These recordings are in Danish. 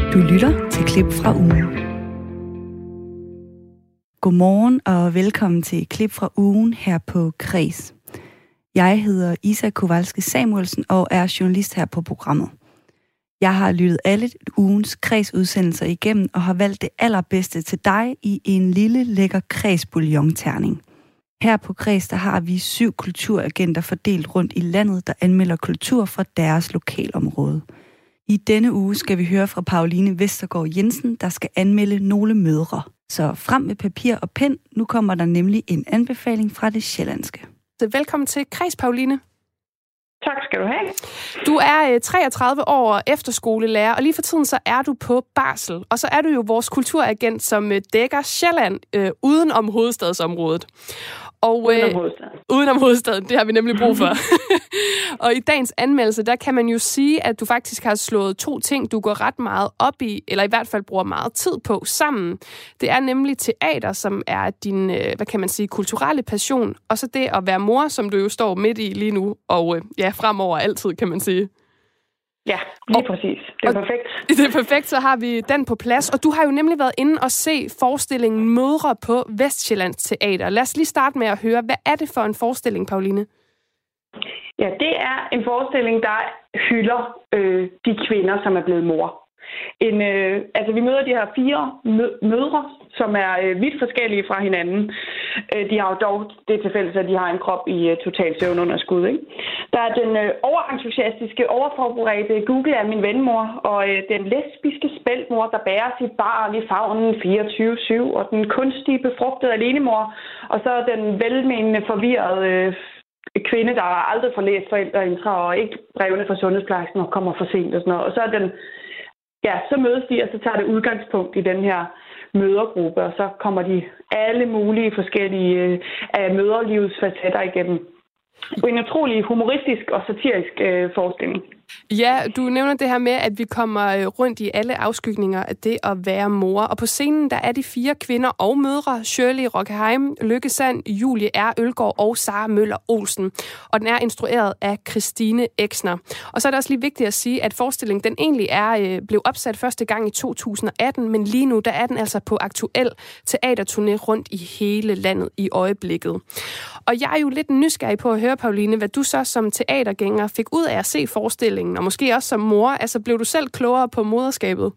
Du lytter til Klip fra ugen. Godmorgen og velkommen til Klip fra ugen her på Kres. Jeg hedder Isa Kowalski Samuelsen og er journalist her på programmet. Jeg har lyttet alle ugens Kres-udsendelser igennem og har valgt det allerbedste til dig i en lille lækker Kres-bouillon-terning. Her på Kres, der har vi 7 kulturagenter fordelt rundt i landet, der anmelder kultur fra deres lokalområde. I denne uge skal vi høre fra Pauline Vestergaard Jensen, der skal anmelde nogle mødre. Så frem med papir og pen, nu kommer der nemlig en anbefaling fra det sjællandske. Så velkommen til Kres, Pauline. Tak skal du have. Du er 33 år efterskolelærer, og lige for tiden så er du på barsel. Og så er du jo vores kulturagent, som dækker Sjælland uden om hovedstadsområdet. Og, uden om hovedstaden, det har vi nemlig brug for. Og i dagens anmeldelse, der kan man jo sige, at du faktisk har slået 2 ting, du går ret meget op i, eller i hvert fald bruger meget tid på sammen. Det er nemlig teater, som er din, hvad kan man sige, kulturelle passion, og så det at være mor, som du jo står midt i lige nu, og fremover altid, kan man sige. Ja, lige præcis. Det er perfekt. Det er perfekt, så har vi den på plads. Og du har jo nemlig været inde og se forestillingen Mødre på Vestsjællands Teater. Lad os lige starte med at høre, hvad er det for en forestilling, Pauline? Ja, det er en forestilling, der hylder de kvinder, som er blevet mor. Vi møder de her 4 mødre, som er vidt forskellige fra hinanden. De har jo dog det tilfælde, at de har en krop i total søvnunderskud. Ikke? Der er den overentusiastiske, overforberedte Google er min venmor, og den lesbiske spæltmor, der bærer sit barn i favnen 24/7, og den kunstige befrugtede alenemor, og så den velmenende forvirrede kvinde, der aldrig får læst forældreintra og ikke brevene fra sundhedsplejersken og kommer for sent og sådan noget. Og så er den så mødes de, og så tager det udgangspunkt i den her mødergruppe, og så kommer de alle mulige forskellige af møderlivets facetter igennem. En utrolig humoristisk og satirisk forestilling. Ja, du nævner det her med, at vi kommer rundt i alle afskygninger af det at være mor. Og på scenen, der er de 4 kvinder og mødre, Shirley Rockheim, Lykke Sand, Julie R. Ølgaard og Sara Møller Olsen. Og den er instrueret af Christine Exner. Og så er det også lige vigtigt at sige, at forestillingen den egentlig blev opsat første gang i 2018, men lige nu der er den altså på aktuel teaterturné rundt i hele landet i øjeblikket. Og jeg er jo lidt nysgerrig på at høre, Pauline, hvad du så som teatergænger fik ud af at se forestillingen, og måske også som mor. Altså, blev du selv klogere på moderskabet?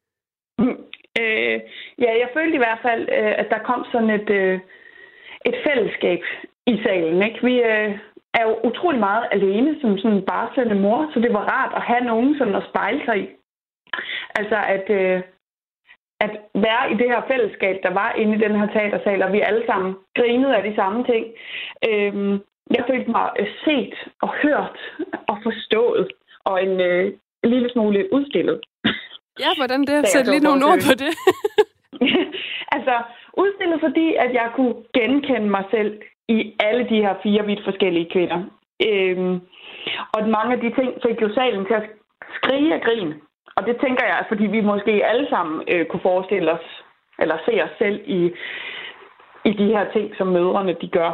Jeg følte i hvert fald, at der kom sådan et fællesskab i salen. Ikke? Vi er jo utrolig meget alene som sådan en barslende mor, så det var rart at have nogen sådan at spejle sig i. Altså, at være i det her fællesskab, der var inde i den her teatersal, og vi alle sammen grinede af de samme ting. Jeg følte mig set og hørt og forstået, og en lille smule udstillet. Ja, hvordan det? Sæt lige nogle ord på det. Altså, udstillet fordi, at jeg kunne genkende mig selv i alle de her 4 vidt forskellige kvinder. Og mange af de ting fik jo salen til at skrige af grin. Og det tænker jeg, fordi vi måske alle sammen kunne forestille os, eller se os selv i de her ting, som mødrene de gør.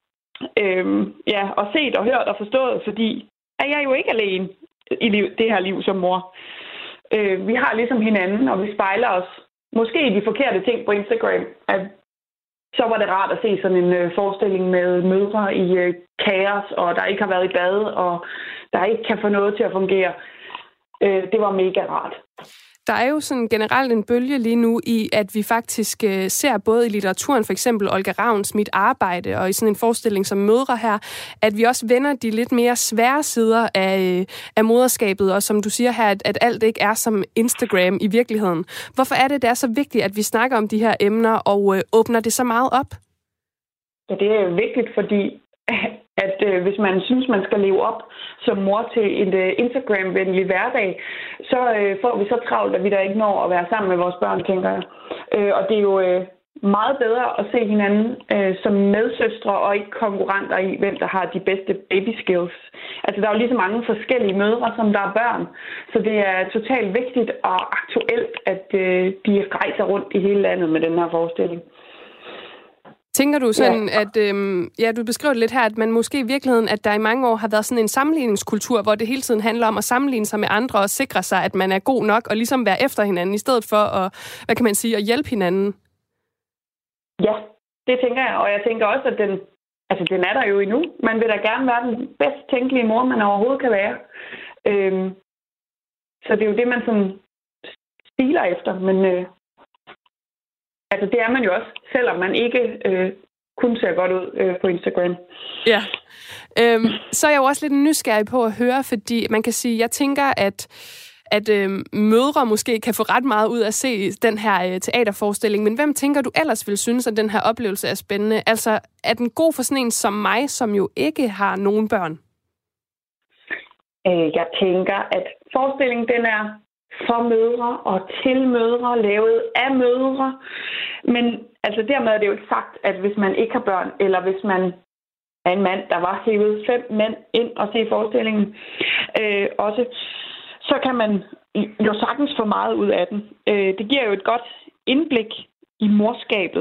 Og set og hørt og forstået, fordi at jeg er jo ikke alene i det her liv som mor. Vi har ligesom hinanden, og vi spejler os måske i de forkerte ting på Instagram. At så var det rart at se sådan en forestilling med mødre i kaos, og der ikke har været i bad, og der ikke kan få noget til at fungere. Det var mega rart. Der er jo sådan generelt en bølge lige nu i, at vi faktisk ser både i litteraturen, for eksempel Olga Ravns Mit Arbejde, og i sådan en forestilling som Mødre her, at vi også vender de lidt mere svære sider af moderskabet, og som du siger her, at alt ikke er som Instagram i virkeligheden. Hvorfor er det er så vigtigt, at vi snakker om de her emner og åbner det så meget op? Ja, det er vigtigt, fordi at hvis man synes, man skal leve op som mor til en Instagram-venlig hverdag, så får vi så travlt, at vi der ikke når at være sammen med vores børn, tænker jeg. Og det er jo meget bedre at se hinanden som medsøstre og ikke konkurrenter i, hvem der har de bedste baby skills. Altså, der er jo lige så mange forskellige mødre, som der er børn. Så det er totalt vigtigt og aktuelt, at de rejser rundt i hele landet med den her forestilling. Tænker du sådan, at du beskriver lidt her, at man måske i virkeligheden, at der i mange år har været sådan en sammenligningskultur, hvor det hele tiden handler om at sammenligne sig med andre og sikre sig, at man er god nok og ligesom være efter hinanden, i stedet for at, at hjælpe hinanden? Ja, det tænker jeg, og jeg tænker også, at den er der jo endnu. Man vil da gerne være den bedst tænkelige mor, man overhovedet kan være. Så det er jo det, man sådan stiler efter, men det er man jo også, selvom man ikke kun ser godt ud på Instagram. Ja. Så er jeg jo også lidt nysgerrig på at høre, fordi man kan sige, jeg tænker, at mødre måske kan få ret meget ud af at se den her teaterforestilling, men hvem tænker du ellers vil synes, at den her oplevelse er spændende? Altså, er den god for sådan en som mig, som jo ikke har nogen børn? Jeg tænker, at forestillingen den er for mødre og til mødre, lavet af mødre. Men altså dermed er det jo ikke sagt, at hvis man ikke har børn, eller hvis man er en mand, der var hævet 5 mænd ind og se forestillingen også, så kan man jo sagtens få meget ud af den. Det giver jo et godt indblik i morskabet.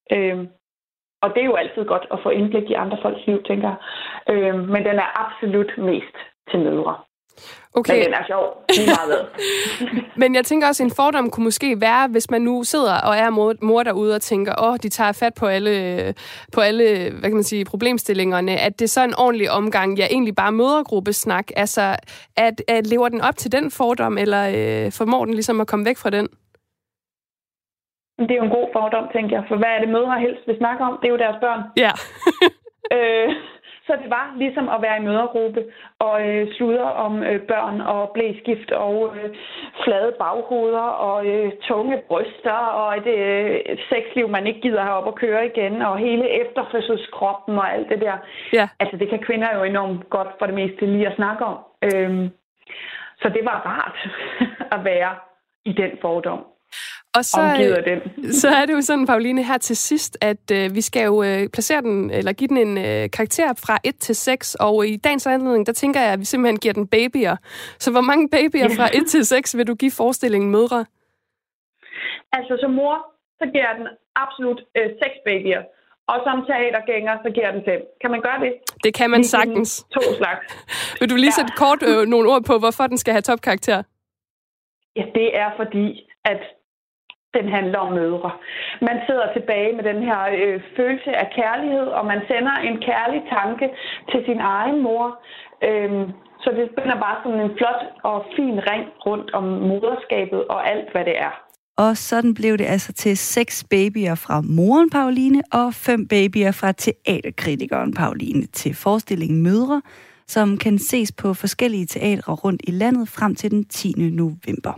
Og det er jo altid godt at få indblik i andre folks liv, tænker jeg. Men den er absolut mest til mødre. Okay. Men den er sjov. Lige meget. Men jeg tænker også, en fordom kunne måske være, hvis man nu sidder og er mor derude og tænker, de tager fat på alle hvad kan man sige, problemstillingerne, at det er så en ordentlig omgang, egentlig bare mødregruppesnak. Altså, at lever den op til den fordom, eller formår den ligesom at komme væk fra den? Det er jo en god fordom, tænker jeg. For hvad er det mødre helst vil snakke om? Det er jo deres børn. Ja. Så det var ligesom at være i mødregruppe og sludre om børn og blæskift og flade baghoveder og tunge bryster og et sexliv, man ikke gider have op og køre igen, og hele efterfødselskroppen og alt det der. Ja. Altså det kan kvinder jo enormt godt for det meste lige at snakke om. Så det var rart at være i den fordom. Og så er det jo sådan, Pauline, her til sidst, at vi skal jo placere den, eller give den en karakter fra 1 til 6, og i dagens anledning, der tænker jeg, at vi simpelthen giver den babyer. Så hvor mange babyer fra 1 til 6 vil du give forestillingen mødre? Altså som mor, så giver jeg den absolut 6 babyer. Og som teatergænger, så giver jeg den 5. Kan man gøre det? Det kan man sagtens. 2 slags. Vil du lige sætte kort nogle ord på, hvorfor den skal have topkarakter? Ja, det er fordi, at den handler om mødre. Man sidder tilbage med den her følelse af kærlighed, og man sender en kærlig tanke til sin egen mor. Så det spænder bare sådan en flot og fin ring rundt om moderskabet og alt, hvad det er. Og sådan blev det altså til 6 babyer fra moren Pauline og 5 babyer fra teaterkritikeren Pauline til forestillingen Mødre, som kan ses på forskellige teatre rundt i landet frem til den 10. november.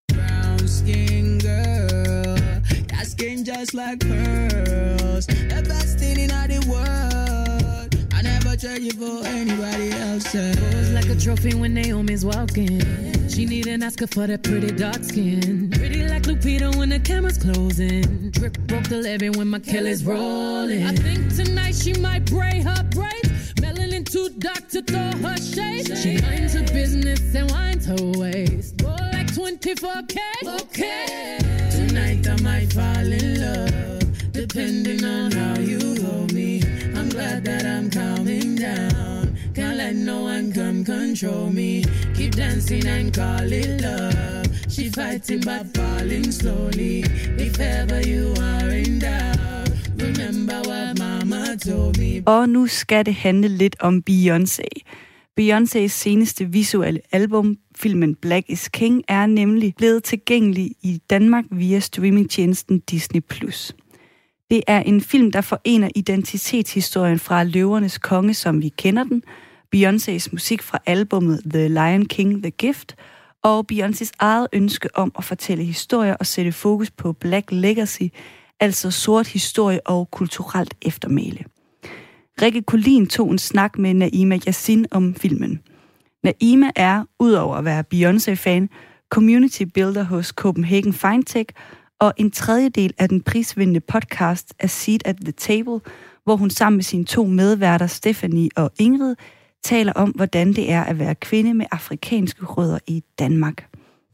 Skin just like pearls, the best thing in the world. I never trade you for anybody else. Pose like a trophy when Naomi's walking. She needn't ask her for that pretty dark skin. Pretty like Lupita when the camera's closing. Drip broke the levee when my Kelly's rolling. I think tonight she might braid her braids. Melanin too dark to throw her shade. She minds her business and winds her waist. Roll like 24K. Okay. Tonight I might fall in love, depending on how you hold me. I'm glad that I'm calming down. Can't let no one come control me. Keep dancing and call it love. She fighting but falling slowly. If ever you are in doubt, remember what mama told me. Og nu skal det handle lidt om Beyoncé. Beyoncés seneste visuelle album, filmen Black is King, er nemlig blevet tilgængelig i Danmark via streamingtjenesten Disney+. Det er en film, der forener identitetshistorien fra Løvernes Konge, som vi kender den, Beyoncés musik fra albumet The Lion King, The Gift, og Beyoncés eget ønske om at fortælle historier og sætte fokus på Black Legacy, altså sort historie og kulturelt eftermæle. Rikke Collin tog en snak med Naima Yassin om filmen. Naima er, udover at være Beyoncé-fan, community builder hos Copenhagen Fintech og en tredjedel af den prisvindende podcast A Seat at the Table, hvor hun sammen med sine 2 medværter, Stephanie og Ingrid, taler om, hvordan det er at være kvinde med afrikanske rødder i Danmark.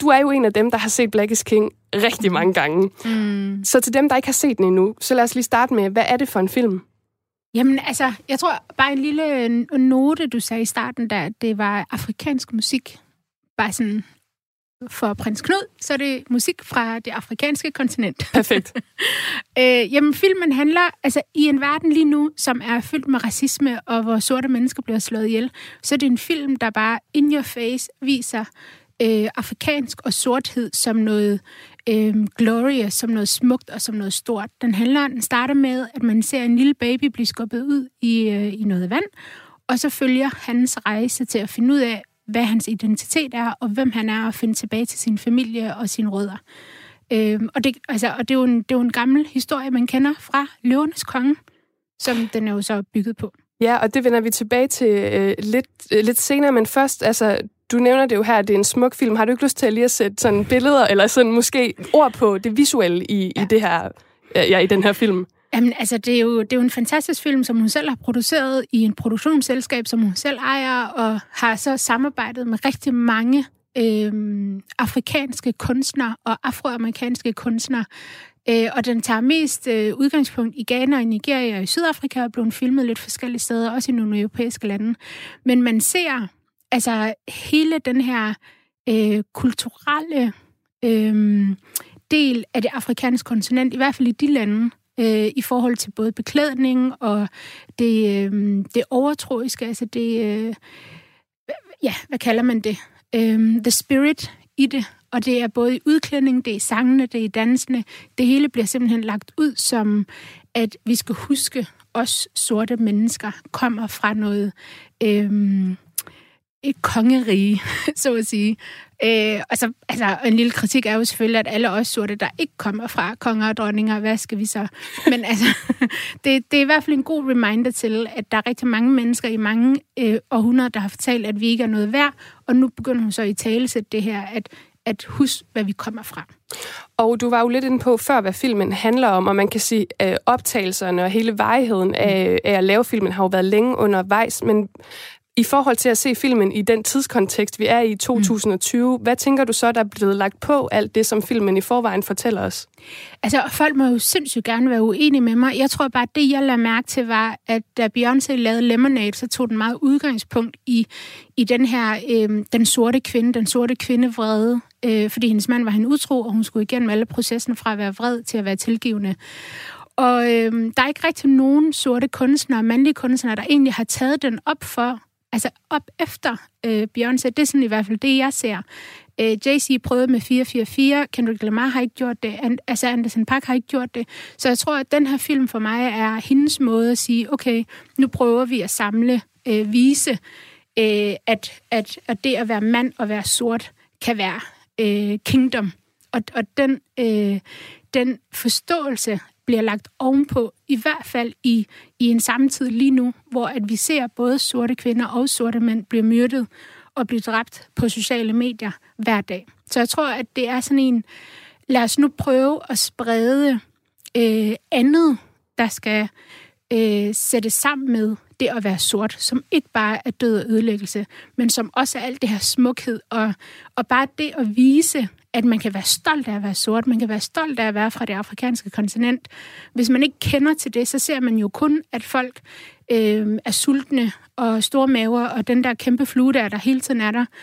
du er jo en af dem, der har set Black is King rigtig mange gange. Så til dem, der ikke har set den endnu, så lad os lige starte med, hvad er det for en film? Jamen, altså, jeg tror bare en lille note, du sagde i starten, der det var afrikansk musik. Bare sådan, for prins Knud, så er det musik fra det afrikanske kontinent. Perfekt. Jamen, filmen handler altså i en verden lige nu, som er fyldt med racisme, og hvor sorte mennesker bliver slået ihjel. Så er det en film, der bare in your face viser afrikansk og sorthed som noget glorious, som noget smukt og som noget stort. Den starter med, at man ser en lille baby blive skubbet ud i noget vand, og så følger hans rejse til at finde ud af, hvad hans identitet er, og hvem han er, og finde tilbage til sin familie og sine rødder. Og det er jo en gammel historie, man kender fra Løvernes Konge, som den er jo så bygget på. Ja, og det vender vi tilbage til lidt senere, men først, altså, du nævner det jo her, at det er en smuk film. Har du ikke lyst til at lige at sætte sådan billeder, eller sådan måske ord på det visuelle i det her, i den her film? Jamen, altså, det er jo en fantastisk film, som hun selv har produceret i en produktionsselskab, som hun selv ejer, og har så samarbejdet med rigtig mange afrikanske kunstnere og afroamerikanske kunstnere. Og den tager mest udgangspunkt i Ghana og Nigeria og i Sydafrika, og blevet filmet lidt forskellige steder, også i nogle europæiske lande. Men man ser altså hele den her kulturelle del af det afrikanske kontinent, i hvert fald i de lande, i forhold til både beklædning og det overtroiske, altså det, hvad kalder man det? The spirit i det, og det er både i udklædning, det er i sangene, det er i dansene. Det hele bliver simpelthen lagt ud som, at vi skal huske, os sorte mennesker kommer fra noget et kongerige, så at sige. Altså, en lille kritik er jo selvfølgelig, at alle os sorte, der ikke kommer fra konger og dronninger, hvad skal vi så? Men altså, det er i hvert fald en god reminder til, at der er rigtig mange mennesker i mange århundreder, der har fortalt, at vi ikke er noget værd, og nu begynder hun så i talesætte det her, at huske, hvad vi kommer fra. Og du var jo lidt inde på før, hvad filmen handler om, og man kan sige, at optagelserne og hele varigheden af at lave filmen har jo været længe undervejs, men i forhold til at se filmen i den tidskontekst, vi er i 2020, hvad tænker du så, der er blevet lagt på alt det, som filmen i forvejen fortæller os? Altså, folk må jo sindssygt gerne være uenige med mig. Jeg tror bare, at det, jeg lagde mærke til, var, at da Beyoncé lavede Lemonade, så tog den meget udgangspunkt i den her, den sorte kvindevrede, fordi hendes mand var hende utro, og hun skulle igennem alle processen fra at være vred til at være tilgivende. Og der er ikke rigtig nogen sorte kunstnere, mandlige kunstnere, der egentlig har taget den op efter Beyoncé. Det er sådan i hvert fald det, jeg ser. Jay-Z prøvede med 444, Kendrick Lamar har ikke gjort det, Anderson .Paak har ikke gjort det. Så jeg tror, at den her film for mig er hendes måde at sige, okay, nu prøver vi at samle, vise, at det at være mand og være sort kan være kingdom. Og den forståelse bliver lagt ovenpå, i hvert fald i en samtid lige nu, hvor at vi ser både sorte kvinder og sorte mænd blive myrdet og blive dræbt på sociale medier hver dag. Så jeg tror, at det er sådan en, lad os nu prøve at sprede andet, der skal sætte sammen med det at være sort, som ikke bare er død og ødelæggelse, men som også er alt det her smukhed, og bare det at vise, at man kan være stolt af at være sort, man kan være stolt af at være fra det afrikanske kontinent. Hvis man ikke kender til det, så ser man jo kun, at folk er sultne og store maver, og den der kæmpe flue der hele tiden er der.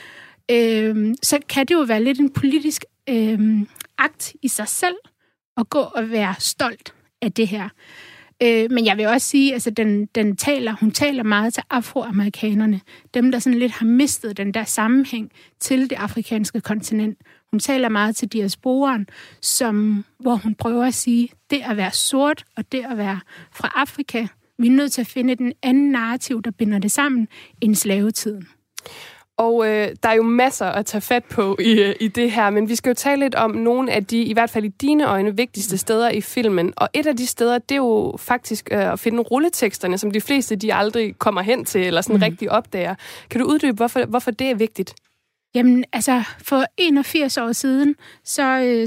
Så kan det jo være lidt en politisk akt i sig selv, at gå og være stolt af det her. Men jeg vil også sige, altså hun taler meget til afroamerikanerne. Dem, der sådan lidt har mistet den der sammenhæng til det afrikanske kontinent. Hun taler meget til diasporen, hvor hun prøver at sige, det at være sort og det at være fra Afrika, vi er nødt til at finde den anden narrativ, der binder det sammen, end slavetiden. Og der er jo masser at tage fat på i det her, men vi skal jo tale lidt om nogle af de, i hvert fald i dine øjne, vigtigste steder i filmen. Og et af de steder, det er jo faktisk at finde rulleteksterne, som de fleste de aldrig kommer hen til, eller sådan rigtig opdager. Kan du uddybe, hvorfor det er vigtigt? Jamen, altså, for 81 år siden, så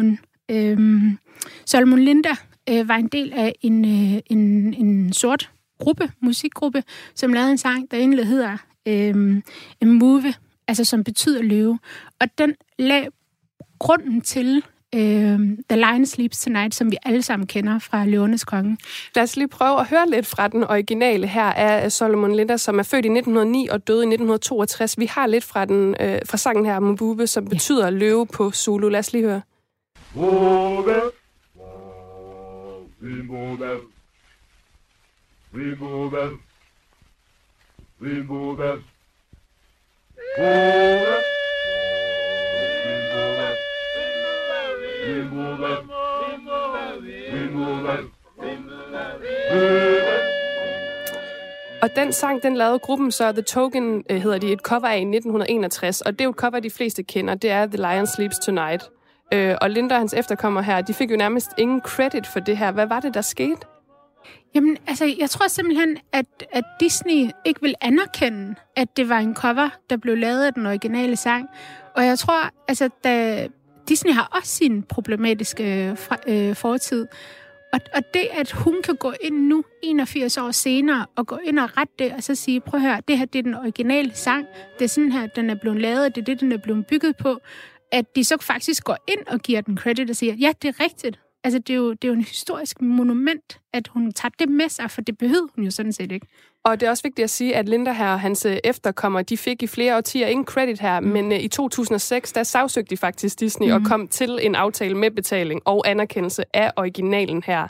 Solomon Linda var en del af en sort musikgruppe, som lavede en sang, der egentlig hedder Move, altså som betyder løve. Og den lag grunden til The Lion Sleeps Tonight, som vi alle sammen kender fra Løvernes Konge. Lad os lige prøve at høre lidt fra den originale her af Solomon Linda, som er født i 1909 og døde i 1962. Vi har lidt fra den fra sangen her, Mbube, som betyder løve på Zulu. Lad os lige høre. Og den sang, den lavede gruppen så, The Token hedder de, et cover af i 1961, og det er jo et cover, de fleste kender, det er The Lion Sleeps Tonight. Og Linda og hans efterkommere her, de fik jo nærmest ingen credit for det her. Hvad var det, der skete? Jamen, altså, jeg tror simpelthen, at Disney ikke vil anerkende, at det var en cover, der blev lavet af den originale sang. Og jeg tror, altså, Disney har også sin problematiske fortid. Og det, at hun kan gå ind nu, 81 år senere, og gå ind og rette det, og så sige, prøv at høre, det her, det er den originale sang, det er sådan her, den er blevet lavet, det er det, den er blevet bygget på, at de så faktisk går ind og giver den credit og siger, ja, det er rigtigt. Altså, det er jo en historisk monument, at hun tager det med sig, for det behøvede hun jo sådan set ikke. Og det er også vigtigt at sige, at Linda her og hans efterkommere, de fik i flere årtier ingen credit her, men i 2006, der sagsøgte de faktisk Disney og kom til en aftale med betaling og anerkendelse af originalen her.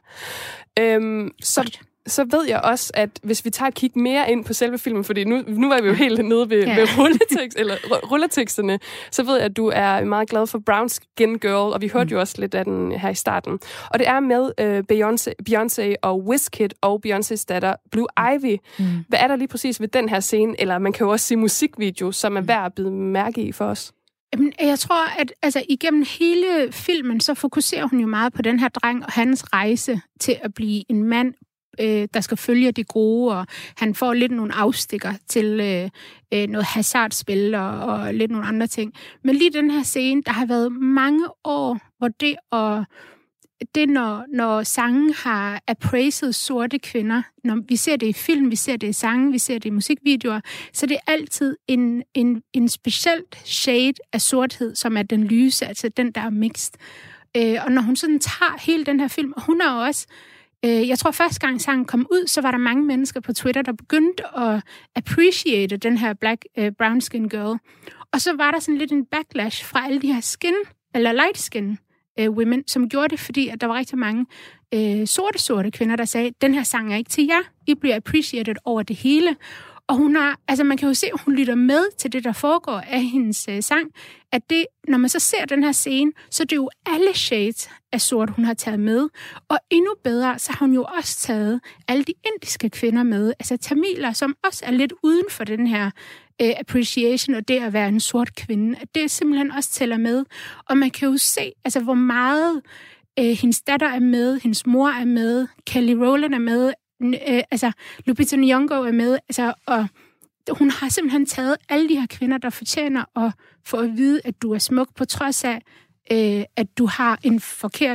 Så ved jeg også, at hvis vi tager et kig mere ind på selve filmen, fordi nu var vi jo helt nede ved rulleteksterne, så ved jeg, at du er meget glad for Brown Skin Girl, og vi hørte jo også lidt af den her i starten. Og det er med Beyoncé og Wizkid og Beyoncés datter Blue Ivy. Hvad er der lige præcis ved den her scene, eller man kan jo også sige musikvideo, som er værd at bide mærke i for os? Jeg tror, at altså, igennem hele filmen, så fokuserer hun jo meget på den her dreng og hans rejse til at blive en mand, der skal følge det gode, og han får lidt nogle afstikker til noget hasardspil og lidt nogle andre ting. Men lige den her scene, der har været mange år, hvor når sange har appraised sorte kvinder, når vi ser det i film, vi ser det i sange, vi ser det i musikvideoer, så det er altid en specielt shade af sorthed, som er den lyse, altså den, der er mixed. Og når hun sådan tager hele den her film, og hun er også jeg tror, første gang sangen kom ud, så var der mange mennesker på Twitter, der begyndte at appreciate den her brown skin girl. Og så var der sådan lidt en backlash fra alle de her light skin women, som gjorde det, fordi at der var rigtig mange sorte kvinder, der sagde, den her sang er ikke til jer. I bliver appreciated over det hele. Og hun har, altså man kan jo se, at hun lytter med til det, der foregår af hendes sang, at det, når man så ser den her scene, så er det jo alle shades af sort, hun har taget med. Og endnu bedre, så har hun jo også taget alle de indiske kvinder med, altså tamiler, som også er lidt uden for den her appreciation og det at være en sort kvinde, at det simpelthen også tæller med. Og man kan jo se, altså hvor meget hendes datter er med, hendes mor er med, Kelly Rowland er med, altså Lupita Nyong'o er med, altså, og hun har simpelthen taget alle de her kvinder, der fortjener at få at vide, at du er smuk, på trods af, at du har en forkert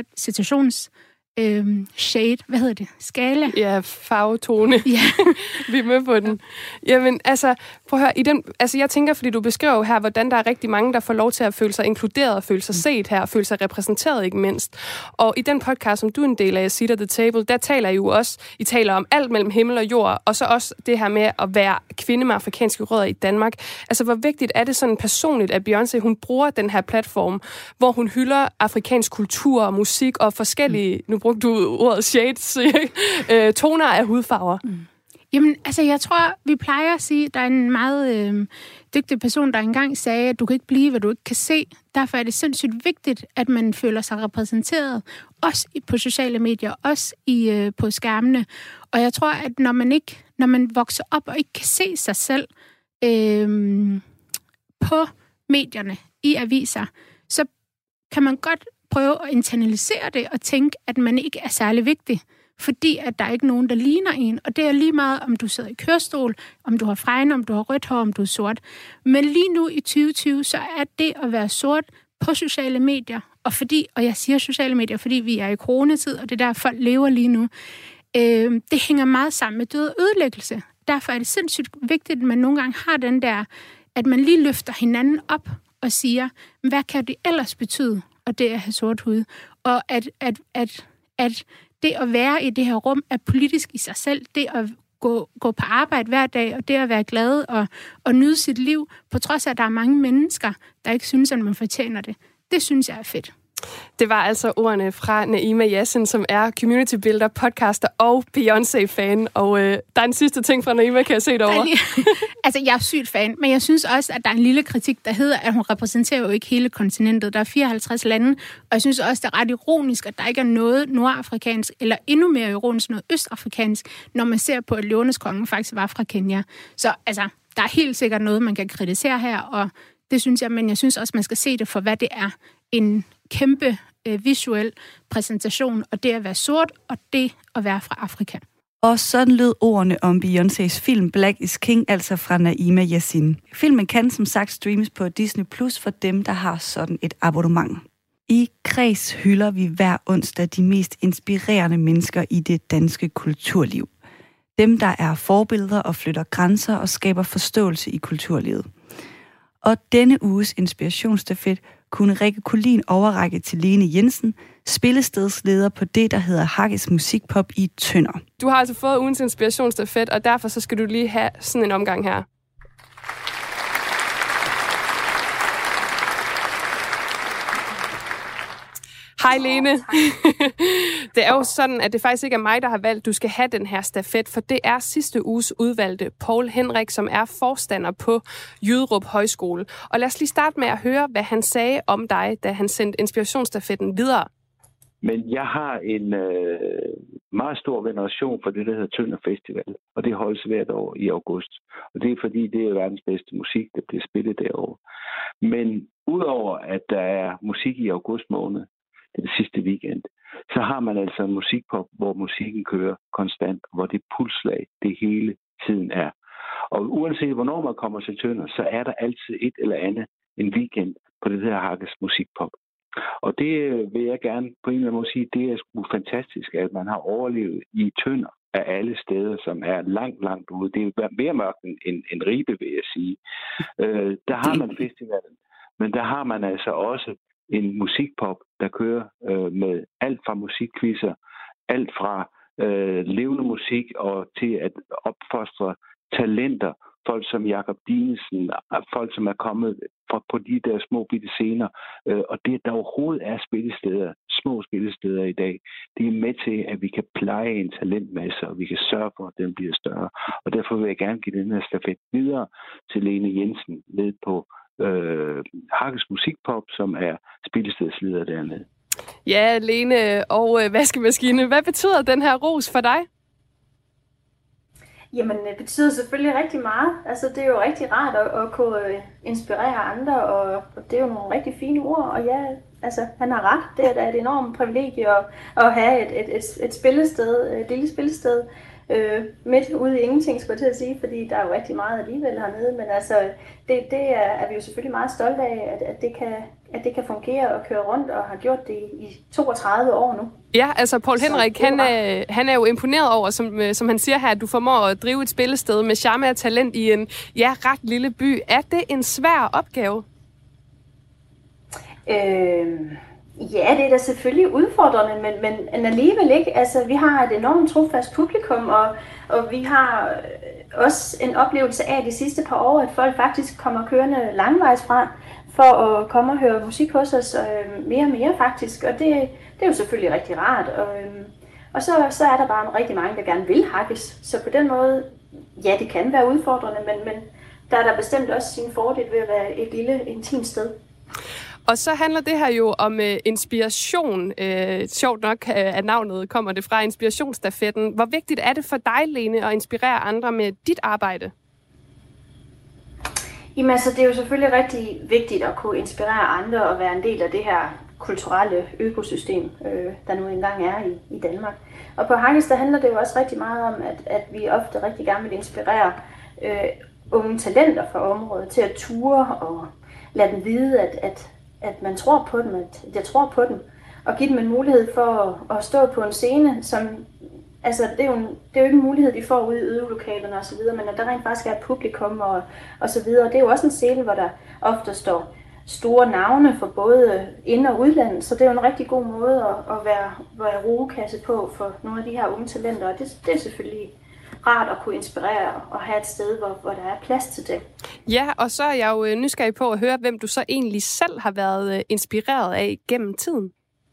shade, hvad hedder det? Skala? Ja, farvetone. Ja. Vi er med på den. Jamen, altså, prøv at høre, jeg tænker, fordi du beskriver jo her, hvordan der er rigtig mange, der får lov til at føle sig inkluderet, føle sig set her, føle sig repræsenteret, ikke mindst. Og i den podcast, som du er en del af, Sit at the Table, der taler I jo også, I taler om alt mellem himmel og jord, og så også det her med at være kvinde med afrikanske rødder i Danmark. Altså, hvor vigtigt er det sådan personligt, at Beyoncé, hun bruger den her platform, hvor hun hylder afrikansk kultur og musik og forskellige, nu brugte du ordet shades, toner af hudfarver. Jamen, altså, jeg tror, vi plejer at sige, der er en meget dygtig person, der engang sagde, at du kan ikke blive, hvad du ikke kan se. Derfor er det sindssygt vigtigt, at man føler sig repræsenteret, også på sociale medier, også på skærmene. Og jeg tror, at når man vokser op og ikke kan se sig selv på medierne, i aviser, så kan man godt prøve at internalisere det og tænke, at man ikke er særlig vigtig, fordi at der er ikke nogen, der ligner en. Og det er lige meget, om du sidder i kørestol, om du har fregne, om du har rødt hår, om du er sort. Men lige nu i 2020, så er det at være sort på sociale medier, og jeg siger sociale medier, fordi vi er i coronatid, og det er der, folk lever lige nu, det hænger meget sammen med død og ødelæggelse. Derfor er det sindssygt vigtigt, at man nogle gange har den der, at man lige løfter hinanden op, og siger, hvad kan det ellers betyde, og det at have sort hud? Og at det at være i det her rum er politisk i sig selv. Det at gå på arbejde hver dag, og det at være glad og nyde sit liv, på trods af, at der er mange mennesker, der ikke synes, at man fortjener det. Det synes jeg er fedt. Det var altså ordene fra Naima Yasin, som er community builder, podcaster og Beyoncé-fan. Og der er en sidste ting fra Naima, kan jeg se derovre. Altså, jeg er sygt fan, men jeg synes også, at der er en lille kritik, der hedder, at hun repræsenterer jo ikke hele kontinentet. Der er 54 lande, og jeg synes også, det er ret ironisk, at der ikke er noget nordafrikansk, eller endnu mere ironisk noget østafrikansk, når man ser på, at Leones konge faktisk var fra Kenya. Så altså, der er helt sikkert noget, man kan kritisere her, og det synes jeg, men jeg synes også, man skal se det for, hvad det er. En kæmpe visuel præsentation, og det at være sort, og det at være fra Afrika. Og sådan lød ordene om Beyoncés film Black is King, altså fra Naima Yasin. Filmen kan som sagt streames på Disney Plus for dem, der har sådan et abonnement. I Kreds hylder vi hver onsdag de mest inspirerende mennesker i det danske kulturliv. Dem, der er forbilleder og flytter grænser og skaber forståelse i kulturlivet. Og denne uges inspirationsstafet kunne Rikke Collin overrække til Lene Jensen, spillestedsleder på det, der hedder Haggis Musikpop i Tønder. Du har altså fået ugens inspirationsstafet, og derfor så skal du lige have sådan en omgang her. Hej Lene. Det er jo sådan, at det faktisk ikke er mig, der har valgt, at du skal have den her stafet, for det er sidste uges udvalgte Poul Henrik, som er forstander på Jyderup Højskole. Og lad os lige starte med at høre, hvad han sagde om dig, da han sendte inspirationsstafetten videre. Men jeg har en meget stor veneration for det, der hedder Tønder Festival, og det holdes hvert år i august. Og det er fordi, det er verdens bedste musik, der bliver spillet derovre. Men udover at der er musik i august måned, det sidste weekend, så har man altså en musikpop, hvor musikken kører konstant, hvor det pulslag det hele tiden er. Og uanset hvornår man kommer til Tønder, så er der altid et eller andet en weekend på det her Haggis Musikpop. Og det vil jeg gerne på en eller anden måde sige, det er sgu fantastisk, at man har overlevet i Tønder af alle steder, som er langt ude. Det er mere mørkt end Ribe, vil jeg sige. Der har man festivalen, men der har man altså også en musikpop, der kører med alt fra musikquizzer, alt fra levende musik og til at opfostre talenter, folk som Jakob Dinesen, folk som er kommet på de der små bitte scener, og det der overhovedet er spillesteder, små spillesteder i dag, det er med til, at vi kan pleje en talentmasse, og vi kan sørge for, at den bliver større. Og derfor vil jeg gerne give den her stafet videre til Lene Jensen ned på Haggis Musikpop, som er spillestedsleder dernede. Ja, Lene og vaskemaskine. Hvad betyder den her ros for dig? Jamen, det betyder selvfølgelig rigtig meget. Altså, det er jo rigtig rart at kunne inspirere andre, og det er jo nogle rigtig fine ord. Og ja, altså, han har ret. Det er da et enormt privilegie at have et spillested, et lille spillested, midt ude i ingenting, skulle jeg til at sige, fordi der er jo rigtig meget alligevel hernede, men altså, det er vi jo selvfølgelig meget stolte af, at det kan fungere og køre rundt, og har gjort det i 32 år nu. Ja, altså Poul Henrik, han er jo imponeret over, som han siger her, at du formår at drive et spillested med charme og talent i en ret lille by. Er det en svær opgave? Ja, det er da selvfølgelig udfordrende, men alligevel ikke. Altså, vi har et enormt trofast publikum, og vi har også en oplevelse af de sidste par år, at folk faktisk kommer kørende langvejs fra for at komme og høre musik hos os mere og mere faktisk. Og det er jo selvfølgelig rigtig rart. Og så er der bare rigtig mange, der gerne vil hackes. Så på den måde, ja, det kan være udfordrende, men der er der bestemt også sin fordel ved at være et lille intimt sted. Og så handler det her jo om inspiration. Sjovt nok, at navnet kommer det fra, inspirationsstafetten. Hvor vigtigt er det for dig, Lene, at inspirere andre med dit arbejde? Jamen altså, det er jo selvfølgelig rigtig vigtigt at kunne inspirere andre og være en del af det her kulturelle økosystem, der nu engang er i Danmark. Og på Haggis, der handler det jo også rigtig meget om, at vi ofte rigtig gerne vil inspirere unge talenter fra området til at ture og lade dem vide, at man tror på dem, at jeg tror på dem, og give dem en mulighed for at stå på en scene, som, altså det er jo ikke en mulighed, de får ude i øvelokalerne og så videre, men at der rent faktisk er et publikum og så videre. Det er jo også en scene, hvor der ofte står store navne for både ind- og udland, så det er jo en rigtig god måde at være rugekasse på for nogle af de her unge talenter, og det er selvfølgelig rart at kunne inspirere og have et sted, hvor der er plads til det. Ja, og så er jeg jo nysgerrig på at høre, hvem du så egentlig selv har været inspireret af gennem tiden.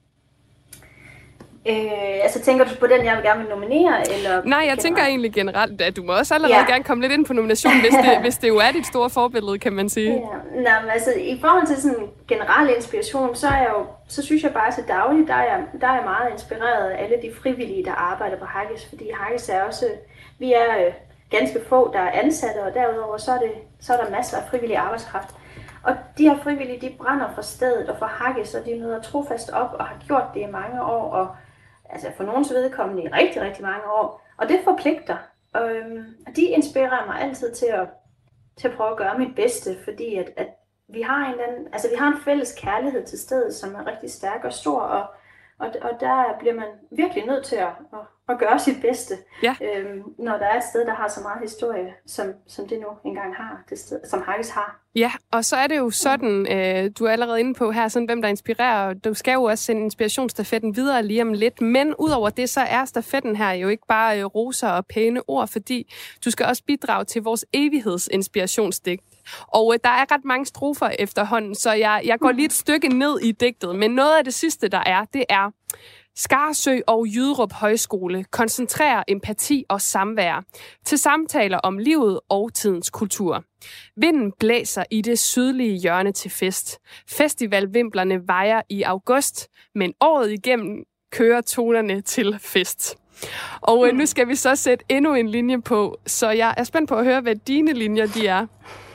Altså tænker du på den, jeg gerne vil nominere? Eller Nej, jeg tænker egentlig generelt, at du må også allerede gerne komme lidt ind på nominationen, hvis det jo er dit store forbillede, kan man sige. Ja. Nej, men altså i forhold til sådan generel inspiration, så synes jeg bare til dagligt, der er jeg meget inspireret af alle de frivillige, der arbejder på Haggis, fordi Haggis er også, vi er ganske få, der er ansatte, og derudover så er der masser af frivillig arbejdskraft. Og de her frivillige, de brænder for stedet og for Haggis, og de møder trofast op og har gjort det i mange år, og altså for nogens vedkommende i rigtig, rigtig mange år. Og det forpligter. Og de inspirerer mig altid til at prøve at gøre mit bedste, fordi at vi har en fælles kærlighed til stedet, som er rigtig stærk og stor, og der bliver man virkelig nødt til at gøre sit bedste, når der er et sted, der har så meget historie, som det nu engang har, det sted, som Haggis har. Ja, og så er det jo sådan, du er allerede inde på her, sådan, hvem der inspirerer. Du skal jo også sende inspirationsstafetten videre lige om lidt, men udover det, så er stafetten her jo ikke bare roser og pæne ord, fordi du skal også bidrage til vores evighedsinspirationsdigt. Og der er ret mange strofer efterhånden, så jeg går lige et stykke ned i digtet, men noget af det sidste, der er, det er: Skarsø og Jyderup Højskole koncentrerer empati og samvær til samtaler om livet og tidens kultur. Vinden blæser i det sydlige hjørne til fest. Festivalvimplerne vejer i august, men året igennem kører tonerne til fest. Og nu skal vi så sætte endnu en linje på, så jeg er spændt på at høre, hvad dine linjer de er.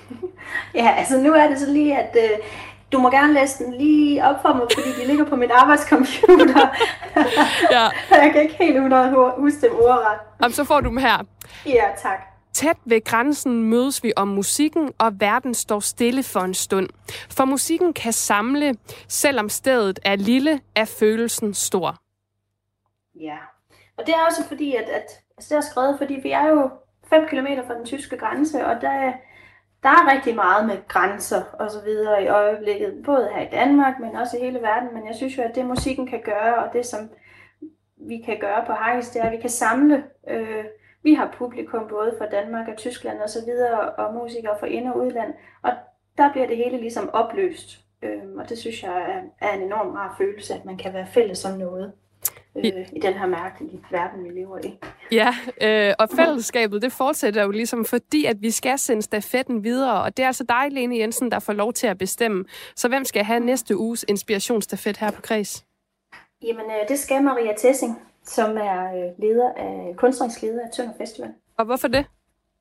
Ja, altså nu er det så lige, at du må gerne læse den lige op for mig, fordi de ligger på min arbejdscomputer. Ja. Jeg kan ikke helt huske dem ordret. Jamen, så får du dem her. Ja, tak. Tæt ved grænsen mødes vi om musikken, og verden står stille for en stund. For musikken kan samle, selvom stedet er lille, er følelsen stor. Ja, og det er også fordi, at det er skrevet, fordi vi er jo 5 kilometer fra den tyske grænse, og der er rigtig meget med grænser og så videre i øjeblikket, både her i Danmark, men også i hele verden. Men jeg synes jo, at det musikken kan gøre, og det som vi kan gøre på Haggis, det er, at vi kan samle. Vi har publikum både fra Danmark og Tyskland og så videre, og musikere fra ind- og udland. Og der bliver det hele ligesom opløst. Og det synes jeg er en enorm rar følelse, at man kan være fælles om noget. I den her mærkelige verden, vi lever i. Ja, og fællesskabet, det fortsætter jo ligesom, fordi at vi skal sende stafetten videre, og det er altså dig, Lene Jensen, der får lov til at bestemme. Så hvem skal have næste uges inspirationsstafet her på Kreds? Jamen, det skal Maria Tessing, som er kunstnerisk leder af Tønder Festival. Og hvorfor det?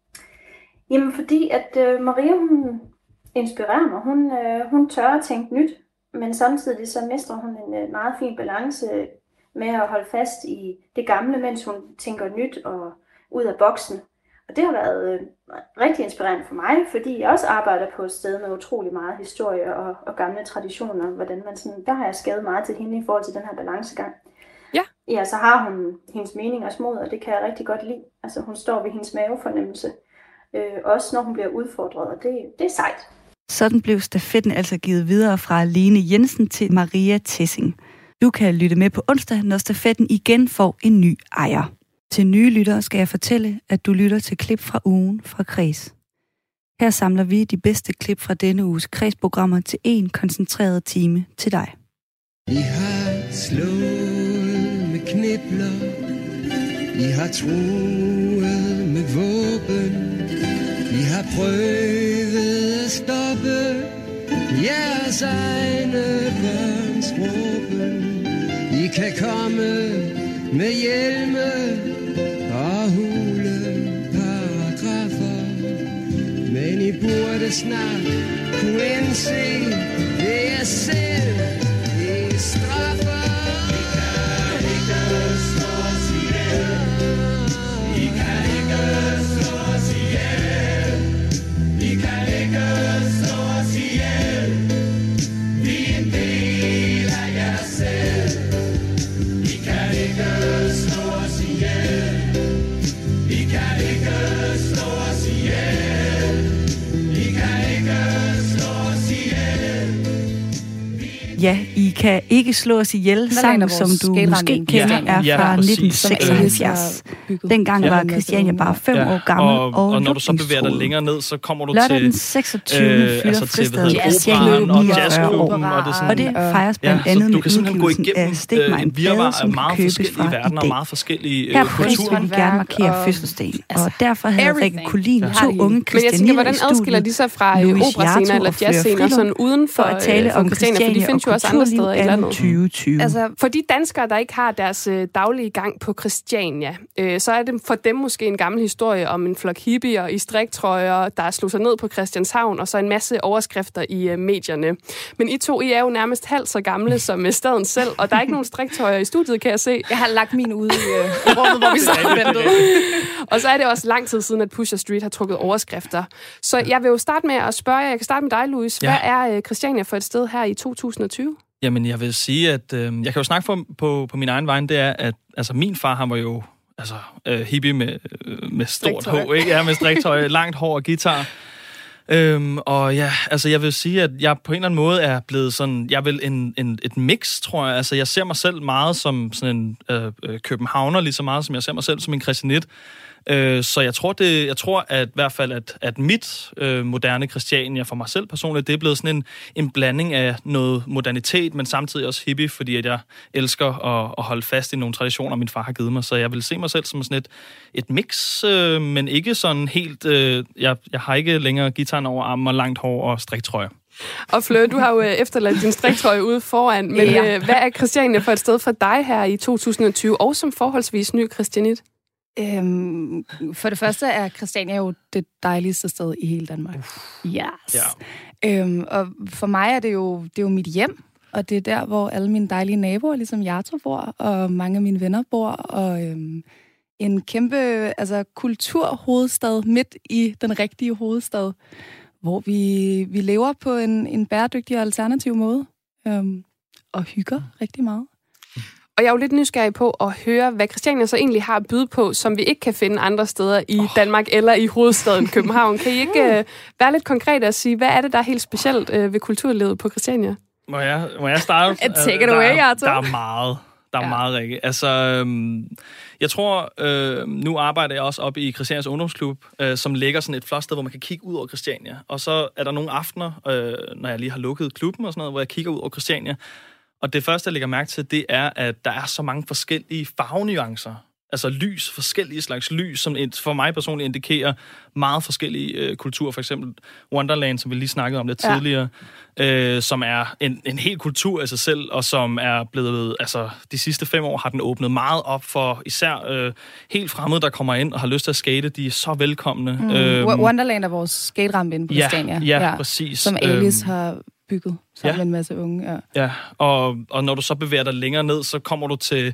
Jamen, fordi at Maria, hun inspirerer mig. Hun tør at tænke nyt, men samtidig så mestrer hun en meget fin balance med at holde fast i det gamle, mens hun tænker nyt og ud af boksen. Og det har været rigtig inspirerende for mig, fordi jeg også arbejder på et sted med utrolig meget historie og gamle traditioner. Hvordan man sådan, der har jeg skadet meget til hende i forhold til den her balancegang. Ja. Ja, så har hun hendes mening og smod, og det kan jeg rigtig godt lide. Altså hun står ved hendes mavefornemmelse, også når hun bliver udfordret, og det er sejt. Sådan blev stafetten altså givet videre fra Lene Jensen til Maria Tessing. Du kan lytte med på onsdag, når stafetten igen får en ny ejer. Til nye lyttere skal jeg fortælle, at du lytter til klip fra ugen fra Kreds. Her samler vi de bedste klip fra denne uges Kreds-programmer til en koncentreret time til dig. I har slået med knibler, I har truet med våben, I har prøvet at stoppe jeres egne børns råben. I kan komme med hjelme og hule paragrafer, men I burde snart kunne indse det er selv, det straffer. I kan ikke slå os ihjel, I kan ikke slå os ihjel, I kan ikke slå os ihjel, vi er en del af jer selv. I kan ikke slå os ihjel, I kan ikke slå os ihjel, I kan ikke slå os ihjel. Ja, I kan ikke slå os ihjel. Sang, som du måske kender, er fra 1976. Dengang var Christiania bare 5 år gammel. Og når du så bevæger dig længere ned, så kommer du lørdag den 26. fylder Christiania og jazzklubben. Og det fejres blandt andet du kan med udgivelsen af Stik mig en plade, som kan købes fra i dag. Meget forskellige her på kulturen vil vi gerne markere fødselsdagen, og derfor havde Rikke Kulin 2 unge Men Christianitter hvordan adskiller de sig fra operascener eller jazzscener sådan uden for Christiania, for de findes jo også andre steder i landet. 2020. Altså, for de danskere, der ikke har deres daglige gang på Christiania, så er det for dem måske en gammel historie om en flok hippier i striktrøjer, der slog sig ned på Christianshavn, og så en masse overskrifter i medierne. Men I er jo nærmest halvt så gamle som staden selv, og der er ikke nogen striktrøjer i studiet, kan jeg se. Jeg har lagt min ude i rummet, hvor vi står ventet. Og så er det også lang tid siden, at Pusher Street har trukket overskrifter. Så jeg vil jo starte med at spørge jer, jeg kan starte med dig, Louis. Hvad er Christiania for et sted her i 2020? Jamen, jeg vil sige, at jeg kan jo snakke på min egen vej, det er, at altså, min far, han var jo hippie med stort H, ikke? Ja, med striktøj, langt hår og guitar. Og ja, altså jeg vil sige, at jeg på en eller anden måde er blevet sådan, jeg vil et mix, tror jeg. Altså jeg ser mig selv meget som sådan en københavner, lige så meget som jeg ser mig selv som en christianit. Så jeg tror at i hvert fald, at mit moderne Christiania for mig selv personligt, det er blevet sådan en blanding af noget modernitet, men samtidig også hippie, fordi at jeg elsker at holde fast i nogle traditioner, min far har givet mig. Så jeg vil se mig selv som sådan et mix, men ikke sådan helt... Jeg har ikke længere guitaren over armen og langt hår og striktrøjer. Og Fleur, du har jo efterladt din striktrøje ude foran, men hvad er Christiania for et sted for dig her i 2020, og som forholdsvis ny christianit? For det første er Christiania jo det dejligste sted i hele Danmark. Yes. Ja. Og for mig er det er jo mit hjem, og det er der, hvor alle mine dejlige naboer, ligesom Jarto bor, og mange af mine venner bor, og en kæmpe kulturhovedstad midt i den rigtige hovedstad, hvor vi lever på en bæredygtig og alternativ måde, og hygger rigtig meget. Og jeg er jo lidt nysgerrig på at høre, hvad Christiania så egentlig har at byde på, som vi ikke kan finde andre steder i Danmark eller i hovedstaden København. Kan I ikke være lidt konkret og sige, hvad er det, der er helt specielt ved kulturlivet på Christiania? Må jeg starte? Take it away, Arthur. Der er meget. Der er meget, Rikke. Altså, jeg tror, nu arbejder jeg også oppe i Christianias Ungdomsklub, som ligger sådan et flot sted, hvor man kan kigge ud over Christiania. Og så er der nogle aftener, når jeg lige har lukket klubben og sådan noget, hvor jeg kigger ud over Christiania. Og det første, jeg lægger mærke til, det er, at der er så mange forskellige farvenuancer. Altså lys, forskellige slags lys, som for mig personligt indikerer meget forskellige kulturer. For eksempel Wonderland, som vi lige snakkede om lidt tidligere, som er en hel kultur af sig selv, og som er blevet, altså de sidste 5 år har den åbnet meget op for især helt fremmede, der kommer ind og har lyst til at skate. De er så velkomne. Wonderland er vores skaterampe inde på Christiania. Ja, præcis. Som Alice har bygget sammen med en masse unge. Ja, og når du så bevæger dig længere ned, så kommer du til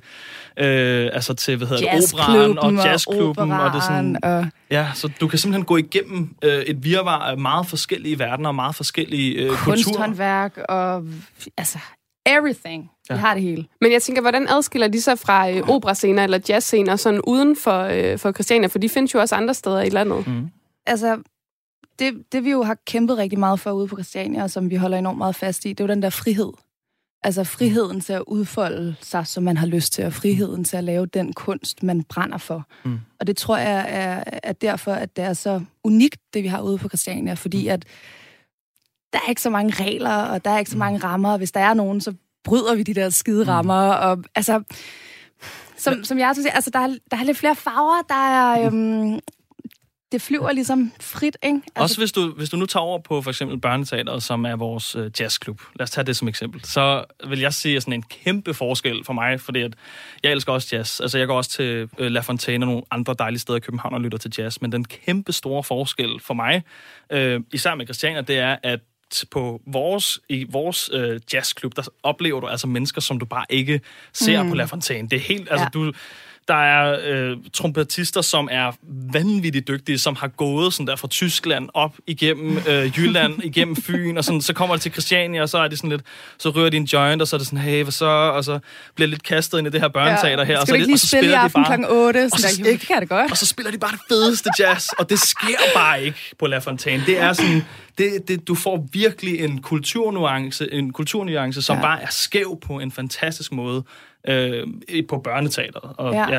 operaen og jazzklubben og det sådan. Ja, så du kan simpelthen gå igennem et virvar af meget forskellige verdener og meget forskellige kulturer. Kunsthåndværk og everything. Vi har det hele. Men jeg tænker, hvordan adskiller de sig fra operascener eller jazzscener sådan uden for Christiania, for de findes jo også andre steder i landet. Mm. Altså, det vi jo har kæmpet rigtig meget for ude på Christiania, og som vi holder enormt meget fast i, det er jo den der frihed. Altså friheden til at udfolde sig, som man har lyst til, og friheden til at lave den kunst, man brænder for. Mm. Og det tror jeg er derfor, at det er så unikt, det vi har ude på Christiania, fordi at der er ikke så mange regler, og der er ikke så mange rammer, og hvis der er nogen, så bryder vi de der skide rammer, og altså, som jeg siger, altså der er lidt flere farver, der er... Det flyver ligesom frit, ikke? Altså... Også hvis du nu tager over på for eksempel Børneteateret, som er vores jazzklub. Lad os tage det som eksempel. Så vil jeg sige sådan en kæmpe forskel for mig, fordi at jeg elsker også jazz. Altså jeg går også til La Fontaine og nogle andre dejlige steder i København og lytter til jazz. Men den kæmpe store forskel for mig, især med Christiania, det er, at i vores jazzklub, der oplever du altså mennesker, som du bare ikke ser på La Fontaine. Det er helt, altså Der er trompetister, som er vanvittigt dygtige, som har gået sådan der fra Tyskland op igennem Jylland, igennem Fyn, og sådan, så kommer det til Christiania, og så er de sådan lidt, så rører de en joint, og så er det sådan, hey, hvad så? Og så bliver lidt kastet ind i det her børneteater her. Skal du ikke lige spille i aften kl. 8? Det kan det godt. Og så spiller de bare det fedeste jazz, og det sker bare ikke på La Fontaine. Det er sådan, du får virkelig en kulturnuance, som bare er skæv på en fantastisk måde på børneteateret.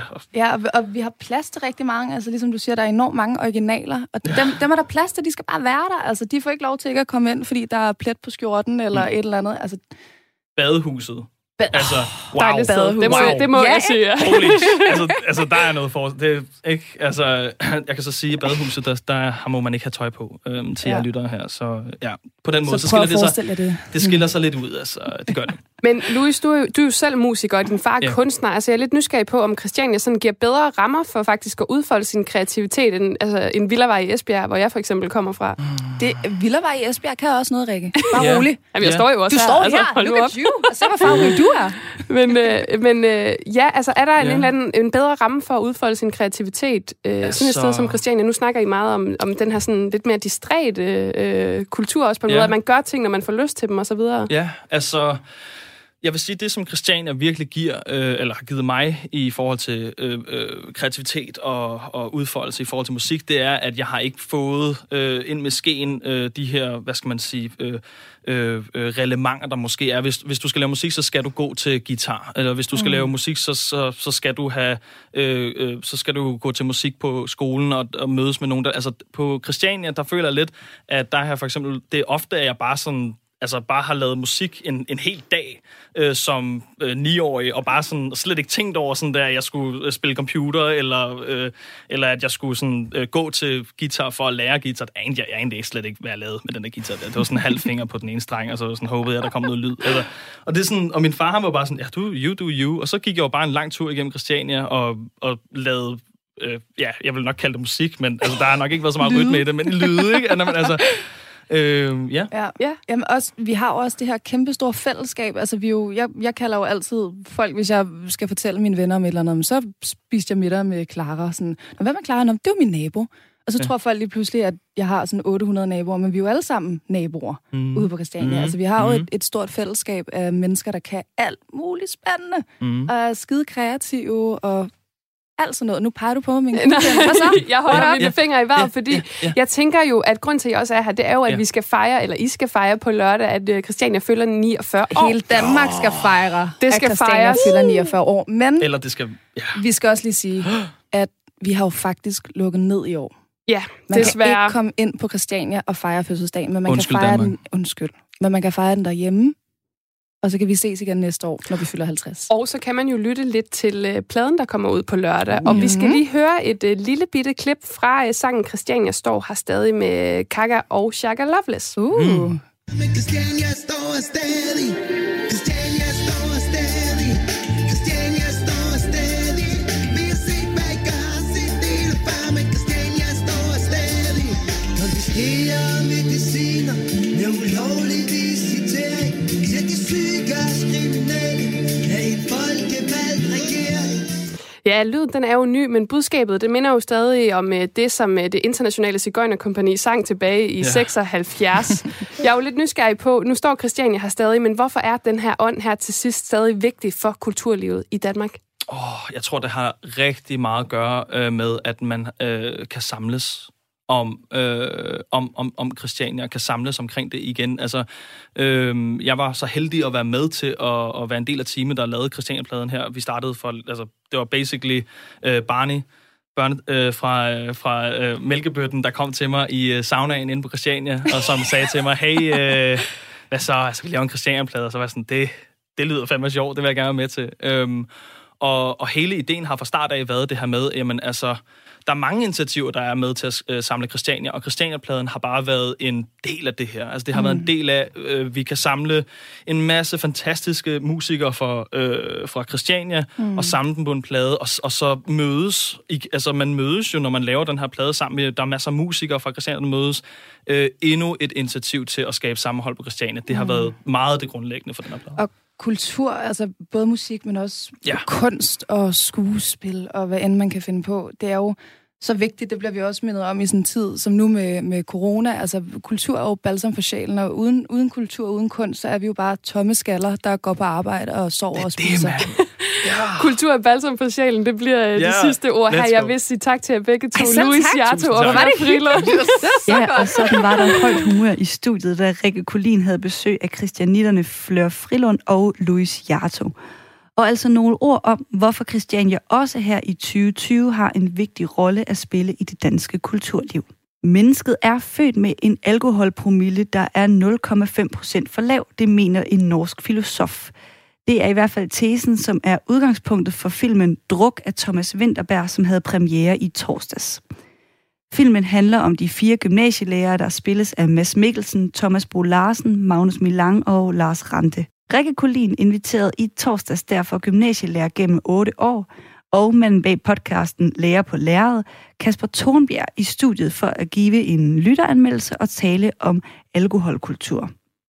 Og vi har plads til rigtig mange. Altså ligesom du siger, der er enormt mange originaler. Og dem er der plads til, de skal bare være der. Altså de får ikke lov til ikke at komme ind, fordi der er plet på skjorten eller et eller andet. Altså Badehuset. Altså, wow. Dejligt sted. Det må jeg sige. Holy, altså, der er noget for... Det er ikke, altså, jeg kan så sige, at badehuset, der må man ikke have tøj på til jer lyttere her. Så ja, på den måde, så skiller det skiller sig lidt ud. Altså, det gør det. Men Louis, du er jo selv musiker, og din far er kunstner. Altså, jeg er lidt nysgerrig på, om Christiania sådan giver bedre rammer for faktisk at udfolde sin kreativitet end Villavej i Esbjerg, hvor jeg for eksempel kommer fra. Villavej i Esbjerg kan også noget, Rikke. Bare rolig. Jamen, jeg står jo også her. Du står her. Look at you. Og se, hvor farverig du er. Men altså, er der en eller anden en bedre ramme for at udfolde sin kreativitet? Sådan et sted som Christiania. Nu snakker I meget om den her sådan lidt mere distræte kultur også på en måde, at man gør ting, når man får lyst til dem og så videre. Ja, altså... Jeg vil sige, det som Christiania virkelig giver, eller har givet mig i forhold til kreativitet og udfoldelse i forhold til musik, det er, at jeg har ikke fået ind med skeen de her, hvad skal man sige, reglementer, der måske er. Hvis du skal lave musik, så skal du gå til guitar. Eller hvis du skal lave musik, så skal du have, så skal du gå til musik på skolen og mødes med nogen. Altså på Christiania, der føler jeg lidt, at der her for eksempel, det er ofte, at jeg bare sådan... Altså bare har lavet musik en hel dag som 9-årig, og bare sådan slet ikke tænkt over sådan der, at jeg skulle spille computer, eller at jeg skulle sådan gå til guitar for at lære guitar. Jeg anede ikke slet ikke, hvad jeg lavede med den der guitar der. Det var sådan en halv finger på den ene streng, og så sådan håbede jeg, der kom noget lyd. Og det er sådan, og min far, han var bare sådan, ja, you do you. Og så gik jeg jo bare en lang tur igennem Christiania og lavede jeg vil nok kalde det musik, men altså, der har nok ikke været så meget rytme i det, men lyde, ikke? Altså, Jamen også, vi har jo også det her kæmpestore fællesskab. Altså jeg kalder jo altid folk, hvis jeg skal fortælle mine venner om et eller andet, så spiste jeg middag med Clara. Sådan, hvad med Clara? Det er jo min nabo. Og så tror folk lige pludselig, at jeg har sådan 800 naboer, men vi er jo alle sammen naboer ude på Christiania. Altså vi har jo et stort fællesskab af mennesker, der kan alt muligt spændende, og er skide kreative og alt sådan noget. Nu peger du på min hvad så? Jeg holder mine fingre i vejret, fordi jeg tænker jo, at grund til, at jeg også er her, det er jo, at vi skal fejre, eller I skal fejre på lørdag, at Christiania fylder 49 år. Hele Danmark skal fejre, det skal at Christiania fylder 49 år. Men eller det skal, vi skal også lige sige, at vi har jo faktisk lukket ned i år. Ja, man desværre. Man kan ikke komme ind på Christiania og fejre fødselsdagen, men man kan fejre den. Men man kan fejre den derhjemme. Og så kan vi ses igen næste år, når vi fylder 50. Og så kan man jo lytte lidt til pladen, der kommer ud på lørdag. Og vi skal lige høre et lille bitte klip fra sangen Christiania står her stadig med Kaka og Shaka Loveless. Christiania står stadig. Christiania står stadig. Christiania står stadig. Vi har set begge har set dele far, men Christiania står stadig. Konfiskerer mediciner med ulovlig visitering. Ja, lyden den er jo ny, men budskabet det minder jo stadig om det, som det internationale sigøjnerkompagni sang tilbage i 76. Jeg er jo lidt nysgerrig på, nu står Christiania her stadig, men hvorfor er den her ånd her til sidst stadig vigtig for kulturlivet i Danmark? Jeg tror, det har rigtig meget at gøre med, at man kan samles om Christiania, kan samles omkring det igen. Altså, jeg var så heldig at være med til at være en del af teamet, der lavede Christiania-pladen her. Vi startede det var basically Barney fra Mælkebøtten, der kom til mig i saunaen inde på Christiania, og som sagde til mig, hey, hvad så? Jeg skal lave en Christiania-plade, og så var jeg sådan, det lyder fandme sjovt, det vil jeg gerne være med til. Og hele ideen har fra start af været det her med, jamen altså, der er mange initiativer, der er med til at samle Christiania, og Christiania-pladen har bare været en del af det her. Altså det har været en del af, vi kan samle en masse fantastiske musikere fra Christiania, og samle dem på en plade, og så mødes. Altså man mødes jo, når man laver den her plade sammen med, der er masser af musikere fra Christiania, der mødes. Endnu et initiativ til at skabe sammenhold på Christiania. Det har været meget det grundlæggende for den her plade. kultur, altså både musik, men også kunst og skuespil, og hvad end man kan finde på. Det er jo så vigtigt, det bliver vi også mindet om i sådan en tid, som nu med corona. Altså, kultur er jo balsam for sjælen, og uden kultur, uden kunst, så er vi jo bare tomme skaller, der går på arbejde og sover og spiser. Kultur er balsam for sjælen, det bliver det sidste ord her. Jeg vil sige tak til jer begge to. Louis Hjarto og Peter Frilund. Ja, og sådan var der højt humør i studiet, da Rikke Kulin havde besøg af christianitterne Fleur Frilund og Louis Hjarto. Og altså nogle ord om, hvorfor Christiania også her i 2020 har en vigtig rolle at spille i det danske kulturliv. Mennesket er født med en alkoholpromille, der er 0,5% for lav, det mener en norsk filosof. Det er i hvert fald tesen, som er udgangspunktet for filmen Druk af Thomas Vinterberg, som havde premiere i torsdags. Filmen handler om de 4 gymnasielærere, der spilles af Mads Mikkelsen, Thomas Bo Larsen, Magnus Milang og Lars Rante. Rikke Kulin inviterede i torsdags derfor gymnasielærer gennem 8 år, og manden bag podcasten Lærer på Lærred, Kasper Thornbjerg, i studiet for at give en lytteranmeldelse og tale om alkoholkultur.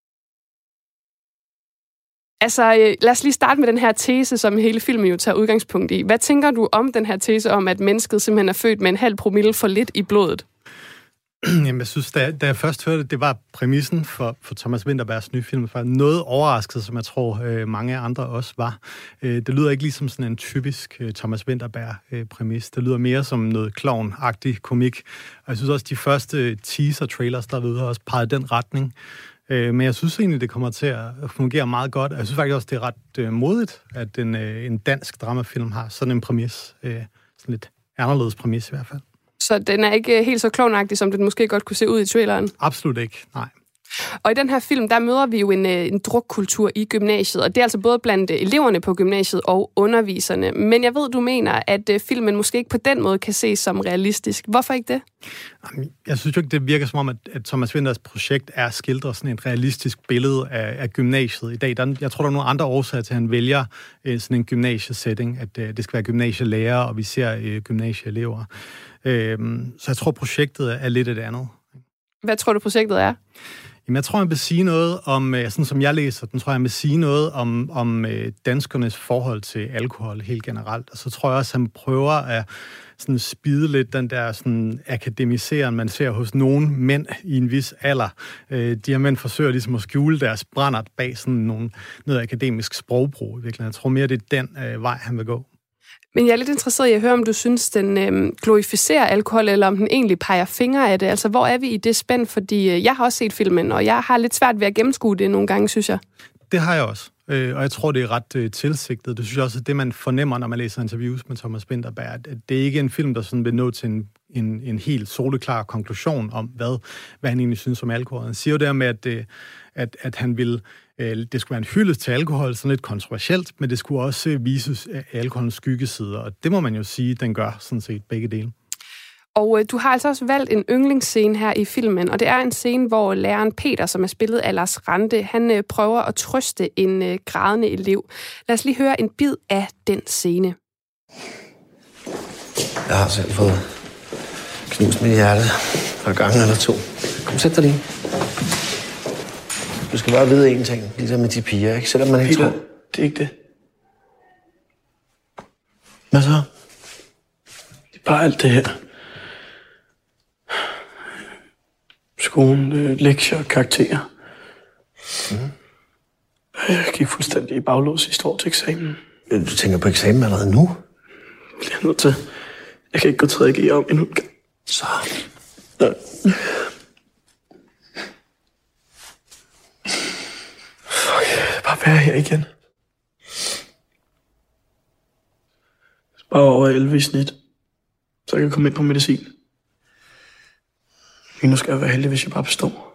Altså, lad os lige starte med den her tese, som hele filmen jo tager udgangspunkt i. Hvad tænker du om den her tese om, at mennesket simpelthen er født med 0,5 promille for lidt i blodet? Jamen, jeg synes, da jeg først hørte det, var præmissen for Thomas Vinterbergs nye film, for noget overrasket, som jeg tror mange andre også var. Det lyder ikke ligesom sådan en typisk Thomas Vinterberg-præmis. Det lyder mere som noget klovn-agtig komik. Og jeg synes også, de første teaser-trailers derude har også peget den retning. Men jeg synes egentlig, det kommer til at fungere meget godt. Jeg synes faktisk også, det er ret modigt, at en dansk dramafilm har sådan en præmis. Sådan lidt anderledes præmis i hvert fald. Så den er ikke helt så klovnagtig, som den måske godt kunne se ud i traileren? Absolut ikke, nej. Og i den her film, der møder vi jo en drukkultur i gymnasiet, og det er altså både blandt eleverne på gymnasiet og underviserne. Men jeg ved, du mener, at filmen måske ikke på den måde kan ses som realistisk. Hvorfor ikke det? Jeg synes jo ikke, det virker som om, at Thomas Winters projekt er at skildre sådan et realistisk billede af gymnasiet i dag. Jeg tror, der er nogle andre årsager til, at han vælger sådan en gymnasiesetting, at det skal være gymnasielærer, og vi ser gymnasieelever. Så jeg tror, projektet er lidt et andet. Hvad tror du, projektet er? Jamen, jeg tror, jeg vil sige noget om, sådan som jeg læser den, tror jeg vil sige noget om danskernes forhold til alkohol helt generelt. Og så tror jeg også, at han prøver at sådan spide lidt den der sådan akademiseren, man ser hos nogle mænd i en vis alder. De her mænd forsøger ligesom at skjule deres brændert bag sådan noget akademisk sprogbrug. Virkelig. Jeg tror mere, det er den vej, han vil gå. Men jeg er lidt interesseret i at høre, om du synes, den glorificerer alkohol, eller om den egentlig peger fingre af det. Altså, hvor er vi i det spænd? Fordi jeg har også set filmen, og jeg har lidt svært ved at gennemskue det nogle gange, synes jeg. Det har jeg også. Og jeg tror, det er ret tilsigtet. Det synes jeg også, at det, man fornemmer, når man læser interviews med Thomas Vinterberg, at det ikke er en film, der sådan vil nå til en helt soleklar konklusion om, hvad han egentlig synes om alkohol. Han siger jo der med, at han vil... Det skulle være en hyldest til alkohol, sådan lidt kontroversielt, men det skulle også vises af alkoholens skyggesider, og det må man jo sige, den gør sådan set begge dele. Og du har altså også valgt en yndlingsscene her i filmen, og det er en scene, hvor læreren Peter, som er spillet af Lars Rante, han prøver at trøste en grædende elev. Lad os lige høre en bid af den scene. Jeg har selv fået knust mit hjerte for en gang eller 2. Kom, sæt dig lige. Du skal bare vide en ting, ligesom med de piger, ikke? Selvom man ikke tror... Det er ikke det. Hvad så? Det er bare alt det her. Skolen, lektier og karakterer. Jeg gik fuldstændig i baglås sidste år til eksamen. Du tænker på eksamen allerede nu? Jeg er nødt til. Jeg kan ikke gå 3G om endnu en gang. Så... Bare være her igen. Bare over 11 i snit. Så jeg kan komme ind på medicin. Lige nu skal jeg være heldig, hvis jeg bare består.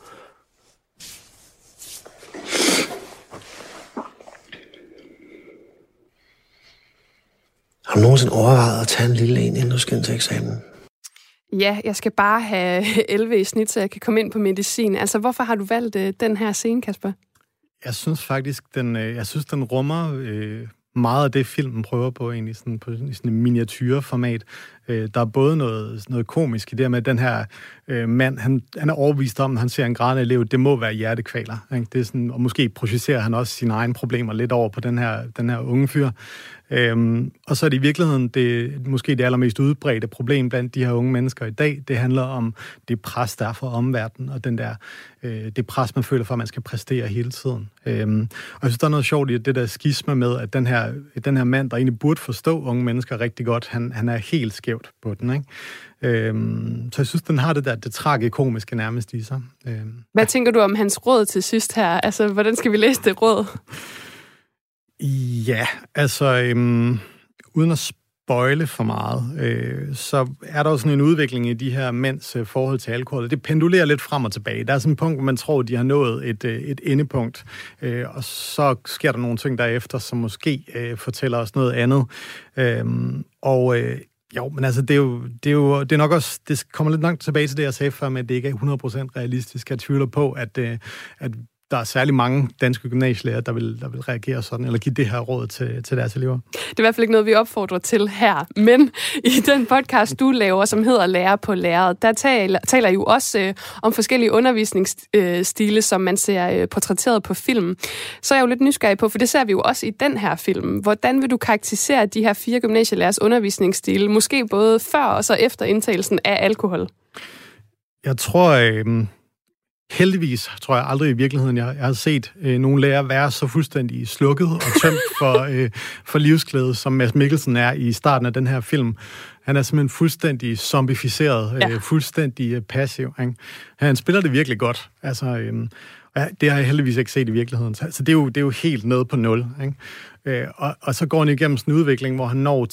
Har du nogensinde overvejet at tage en lille en, inden du skal ind til eksamen? Ja, jeg skal bare have 11 i snit, så jeg kan komme ind på medicin. Altså, hvorfor har du valgt den her scene, Kasper? Jeg synes faktisk, den rummer meget af det, filmen prøver på, egentlig sådan, på sådan en miniatyrformat. Der er både noget komisk i det med, at den her mand, han er overbevist om, at han ser en grædende elev, det må være hjertekvaler. Ikke? Det er sådan, og måske projicerer han også sine egne problemer lidt over på den her unge fyr. Og så er det i virkeligheden måske det allermest udbredte problem blandt de her unge mennesker i dag. Det handler om det pres, der er fra omverdenen, og det pres, man føler for, at man skal præstere hele tiden. Og jeg synes, der er noget sjovt i det der skisme med, at den her mand, der egentlig burde forstå unge mennesker rigtig godt, han er helt skævt på den, ikke? Så jeg synes, den har det tragikomiske nærmest i sig. Hvad tænker du om hans råd til sidst her? Altså, hvordan skal vi læse det råd? Ja, altså, uden at spoile for meget, så er der jo sådan en udvikling i de her mænds forhold til alkohol. Det pendulerer lidt frem og tilbage. Der er sådan et punkt, hvor man tror, de har nået et endepunkt, og så sker der nogle ting derefter, som måske fortæller os noget andet. Jo, men altså, det er nok også, det kommer lidt langt tilbage til det, jeg sagde før, med at det ikke er 100% realistisk. Jeg tvivler på, at der er særlig mange danske gymnasielærer, der vil reagere sådan, eller give det her råd til deres elever. Det er i hvert fald ikke noget, vi opfordrer til her. Men i den podcast, du laver, som hedder Lærer på Lærret, der taler jo også om forskellige undervisningsstile, som man ser portrætteret på film. Så er jeg jo lidt nysgerrig på, for det ser vi jo også i den her film. Hvordan vil du karakterisere de her 4 gymnasielærers undervisningsstile, måske både før og så efter indtagelsen af alkohol? Jeg tror... Heldigvis tror jeg aldrig i virkeligheden, jeg har set nogle lærere være så fuldstændig slukket og tømt for livsglæde, som Mads Mikkelsen er i starten af den her film. Han er simpelthen fuldstændig zombificeret, fuldstændig passiv. Ikke? Han spiller det virkelig godt. Altså, det har jeg heldigvis ikke set i virkeligheden. Så det er jo helt nede på 0. Ikke? Og så går han igennem sådan en udvikling, hvor han når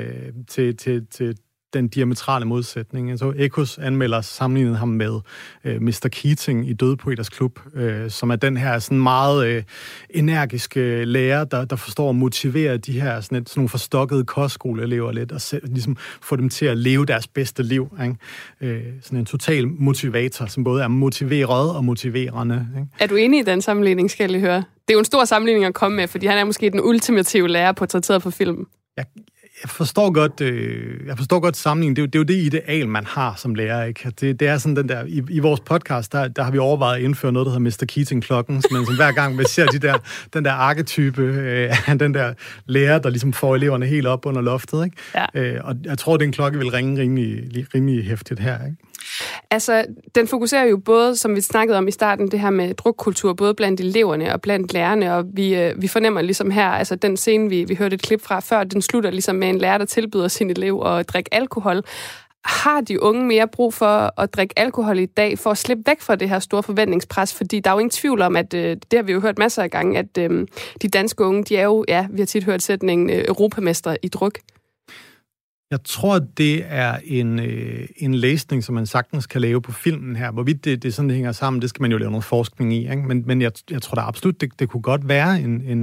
til den diametrale modsætning. Så Ekos anmelder sammenlignet ham med Mr. Keating i Døde Poeters Klub, som er den her sådan meget energiske lærer, der forstår at motivere de her sådan nogle forstokkede kostskoleelever lidt, og ligesom få dem til at leve deres bedste liv. Ikke? Sådan en total motivator, som både er motiveret og motiverende. Ikke? Er du enig i den sammenligning, skal jeg høre? Det er jo en stor sammenligning at komme med, fordi han er måske den ultimative lærer portrætteret på film. Jeg forstår godt sammenligningen. Det er jo det ideal, man har som lærer, ikke? Det er sådan den der... I vores podcast, der har vi overvejet at indføre noget, der hedder Mr. Keating-klokken, men som hver gang vi ser den der arketype, den der lærer, der ligesom får eleverne helt op under loftet, ikke? Ja. Og jeg tror, den klokke vil ringe rimelig hæftigt her, ikke? Altså, den fokuserer jo både, som vi snakkede om i starten, det her med drukkultur, både blandt eleverne og blandt lærerne, og vi fornemmer ligesom her, altså den scene, vi hørte et klip fra før, den slutter ligesom med en lærer, der tilbyder sin elev at drikke alkohol. Har de unge mere brug for at drikke alkohol i dag, for at slippe væk fra det her store forventningspres? Fordi der er jo ingen tvivl om, at det har vi jo hørt masser af gange, at de danske unge, de er jo, ja, vi har tit hørt sætningen, europamester i druk. Jeg tror, det er en læsning, som man sagtens kan lave på filmen her. Hvorvidt det sådan, det hænger sammen, det skal man jo lave noget forskning i. Ikke? Men jeg tror da absolut, det kunne godt være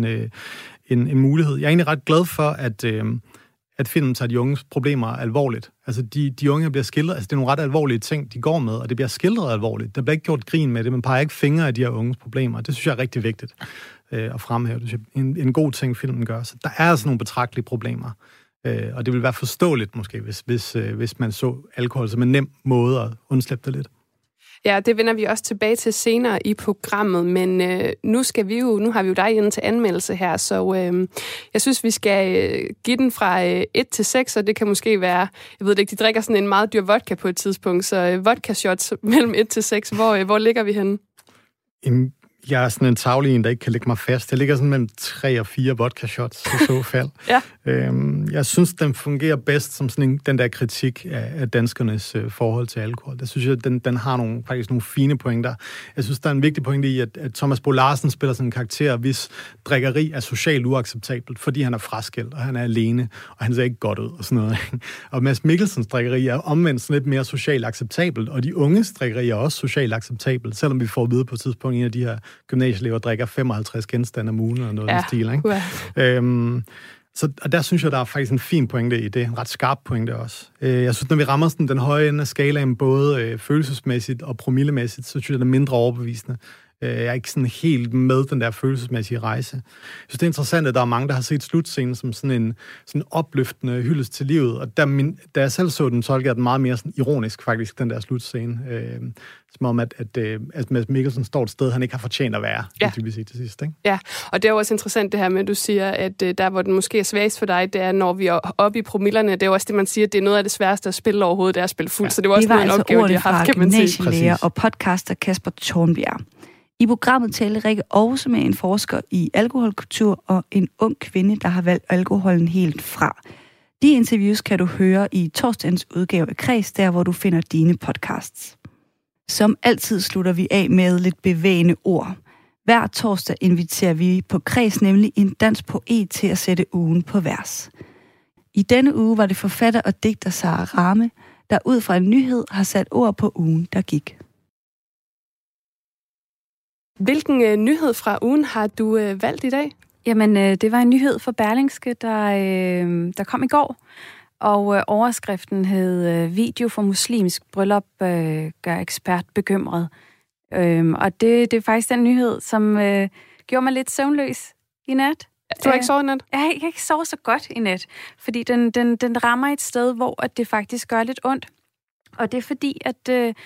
en mulighed. Jeg er egentlig ret glad for, at filmen tager de unges problemer alvorligt. Altså, de unge bliver skildret, altså det er nogle ret alvorlige ting, de går med, og det bliver skildret alvorligt. Der bliver ikke gjort grin med det, man peger ikke fingre af de her unges problemer. Det synes jeg er rigtig vigtigt at fremhæve. Det synes jeg en god ting, filmen gør. Så der er altså nogle betragtelige problemer. Og det ville være forståeligt måske, hvis man så alkohol som en nem måde at undslippe det lidt. Ja, det vender vi også tilbage til senere i programmet, men nu har vi jo dig inde til anmeldelse her, så jeg synes, vi skal give den fra 1 til 6, og det kan måske være, jeg ved det ikke, de drikker sådan en meget dyr vodka på et tidspunkt, så vodka shots mellem 1 til 6, hvor ligger vi henne? Jeg er sådan en tavle en, der ikke kan lægge mig fast. Jeg ligger sådan mellem 3 og 4 vodka shots i så fald. Ja. Jeg synes, den fungerer bedst som sådan den der kritik af danskernes forhold til alkohol. Det synes jeg, den har faktisk nogle fine pointer. Jeg synes, der er en vigtig pointe i, at Thomas Bo Larsen spiller sådan en karakter, hvis drikkeri er socialt uacceptabelt, fordi han er fraskilt, og han er alene, og han ser ikke godt ud og sådan noget. Og Mads Mikkelsens drikkeri er omvendt sådan lidt mere socialt acceptabelt, og de unges drikkeri er også socialt acceptabelt, selvom vi får at vide på et tidspunkt, en af de her gymnasieelever drikker 55 genstande om ugen og noget af den stil, ikke? Og der synes jeg, der er faktisk en fin pointe i det, en ret skarp pointe også. Jeg synes, når vi rammer sådan den høje ende af skalaen, både følelsesmæssigt og promillemæssigt, så synes jeg, det er mindre overbevisende. Jeg er ikke sådan helt med den der følelsesmæssige rejse. Jeg synes, det er interessant, at der er mange, der har set slutscenen som sådan en opløftende hyldest til livet. Og da jeg selv så den, tolker jeg den meget mere sådan ironisk, faktisk, den der slutscene. Som om, at Mads Mikkelsen står et sted, han ikke har fortjent at være, typisk til sidst. Ikke? Ja, og det er jo også interessant det her med, at du siger, at der, hvor den måske er svagest for dig, det er, når vi er oppe i promillerne. Det er jo også det, man siger, at det er noget af det sværeste at spille overhovedet, det er at spille fuld. Så det var også en opgave, de har haft, kan man sige. Det var altså gymnasielærer og podcaster Kasper Tornbjerg. I programmet talte Rikke også med en forsker i alkoholkultur og en ung kvinde, der har valgt alkoholen helt fra. De interviews kan du høre i torsdagens udgave af Kreds, der hvor du finder dine podcasts. Som altid slutter vi af med lidt bevægende ord. Hver torsdag inviterer vi på Kreds nemlig en dansk poet til at sætte ugen på vers. I denne uge var det forfatter og digter Sara Rame, der ud fra en nyhed har sat ord på ugen, der gik. Hvilken nyhed fra ugen har du valgt i dag? Jamen, det var en nyhed fra Berlingske, der kom i går. Og overskriften hed "Video for muslimsk bryllup gør ekspert bekymret". Og det er faktisk den nyhed, som gjorde mig lidt søvnløs i nat. Du har ikke sovet i nat? Jeg kan ikke sove så godt i nat, fordi den rammer et sted, hvor det faktisk gør lidt ondt. Og det er fordi, at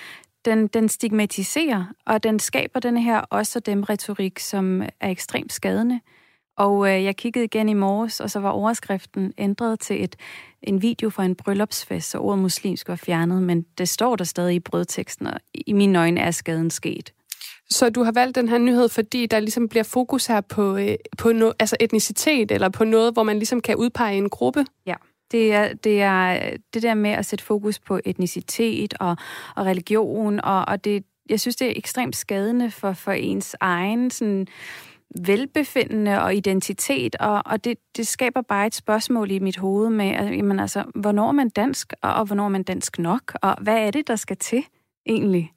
den stigmatiserer, og den skaber den her os og dem-retorik, som er ekstremt skadende. Og jeg kiggede igen i morges, og så var overskriften ændret til en video fra en bryllupsfest, så ordet muslimsk var fjernet, men det står der stadig i brødteksten, og i mine øjne er skaden sket. Så du har valgt den her nyhed, fordi der ligesom bliver fokus her på altså etnicitet, eller på noget, hvor man ligesom kan udpege en gruppe? Ja. Det er det der med at sætte fokus på etnicitet og religion, og jeg synes, det er ekstremt skadende for ens egen sådan velbefindende og identitet, og det skaber bare et spørgsmål i mit hoved med, jamen altså, hvornår er man dansk, og hvornår er man dansk nok, og hvad er det, der skal til egentlig?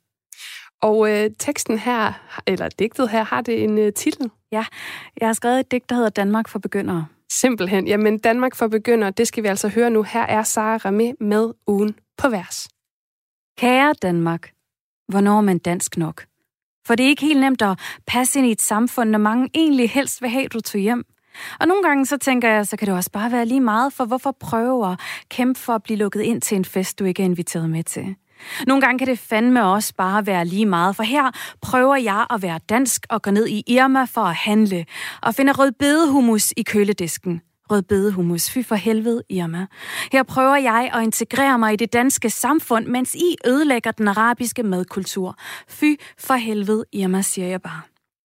Og teksten her, eller digtet her, har det en titel? Ja, jeg har skrevet et digt, der hedder Danmark for begyndere. Simpelthen. Jamen, Danmark for begyndere, det skal vi altså høre nu. Her er Sara Rame med ugen på vers. Kære Danmark, hvornår er man dansk nok? For det er ikke helt nemt at passe ind i et samfund, når mange egentlig helst vil have, du tog hjem. Og nogle gange så tænker jeg, så kan det også bare være lige meget, for hvorfor prøve at kæmpe for at blive lukket ind til en fest, du ikke er inviteret med til? Nogle gange kan det fandme også bare være lige meget, for her prøver jeg at være dansk og gå ned i Irma for at handle og finde rødbedehummus i køledisken. Rødbedehummus, fy for helvede, Irma. Her prøver jeg at integrere mig i det danske samfund, mens I ødelægger den arabiske madkultur. Fy for helvede, Irma, siger jeg bare.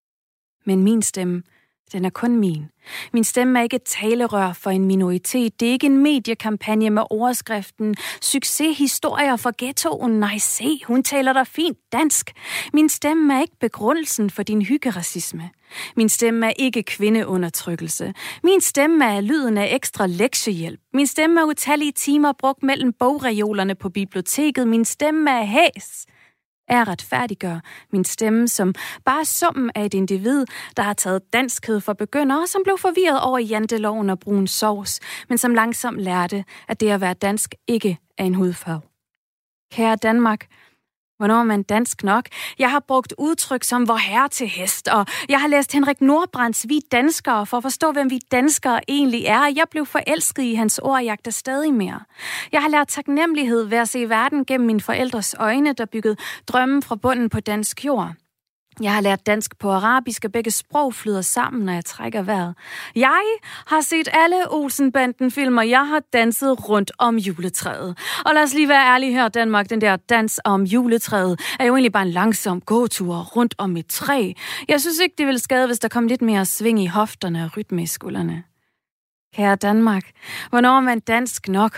Men min stemme, den er kun min. Min stemme er ikke et talerør for en minoritet. Det er ikke en mediekampagne med overskriften "Succeshistorier for ghettoen". Nej, se, hun taler da fint dansk. Min stemme er ikke begrundelsen for din hyggeracisme. Min stemme er ikke kvindeundertrykkelse. Min stemme er lyden af ekstra lektiehjælp. Min stemme er utallige timer brugt mellem bogreolerne på biblioteket. Min stemme er hæs. Er retfærdiggør min stemme som bare summen af et individ, der har taget danskhed for begyndere, og som blev forvirret over janteloven og brun sovs, men som langsomt lærte, at det at være dansk ikke er en hudfarve. Kære Danmark, hvornår er man dansk nok? Jeg har brugt udtryk som vor herre til hest, og jeg har læst Henrik Nordbrands Vi danskere for at forstå, hvem vi danskere egentlig er. Jeg blev forelsket i hans ord og jagter stadig mere. Jeg har lært taknemmelighed ved at se verden gennem mine forældres øjne, der byggede drømmen fra bunden på dansk jord. Jeg har lært dansk på arabisk, og begge sprog flyder sammen, når jeg trækker vejret. Jeg har set alle Olsen-banden-filmer. Jeg har danset rundt om juletræet. Og lad os lige være ærlige her, Danmark. Den der dans om juletræet er jo egentlig bare en langsom gåtur rundt om et træ. Jeg synes ikke, det ville skade, hvis der kom lidt mere sving i hofterne og rytme i skuldrene. Kære Danmark, hvornår er man dansk nok?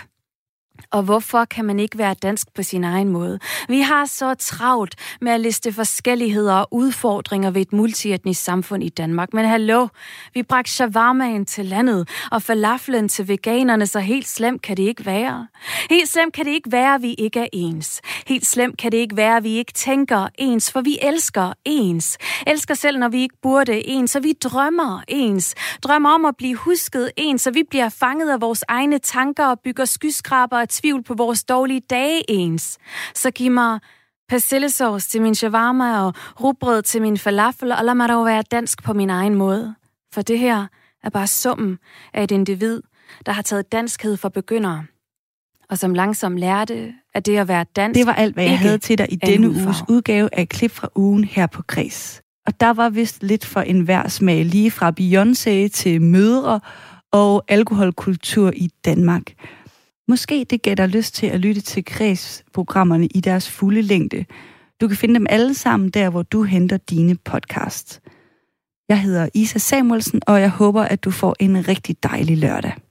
Og hvorfor kan man ikke være dansk på sin egen måde? Vi har så travlt med at liste forskelligheder og udfordringer ved et multietnisk samfund i Danmark. Men hallo, vi bragte shawarmaen til landet og falaflen til veganerne, så helt slemt kan det ikke være. Helt slemt kan det ikke være, at vi ikke er ens. Helt slemt kan det ikke være, at vi ikke tænker ens, for vi elsker ens. Elsker selv, når vi ikke burde ens, så vi drømmer ens. Drømmer om at blive husket ens, så vi bliver fanget af vores egne tanker og bygger skyskraber tvivl på vores dårlige dage ens. Så giv mig persillesauce til min shawarma og rugbrød til min falafel, og lad mig dog være dansk på min egen måde. For det her er bare summen af et individ, der har taget danskhed for begyndere, og som langsomt lærte, at det at være dansk... Det var alt, hvad jeg havde til dig i denne uges udgave af Klip fra ugen her på Kres. Og der var vist lidt for enhver smag, lige fra Beyoncé til mødre og alkoholkultur i Danmark. Måske det gav dig lyst til at lytte til Kres-programmerne i deres fulde længde. Du kan finde dem alle sammen der, hvor du henter dine podcasts. Jeg hedder Isa Samuelsen, og jeg håber, at du får en rigtig dejlig lørdag.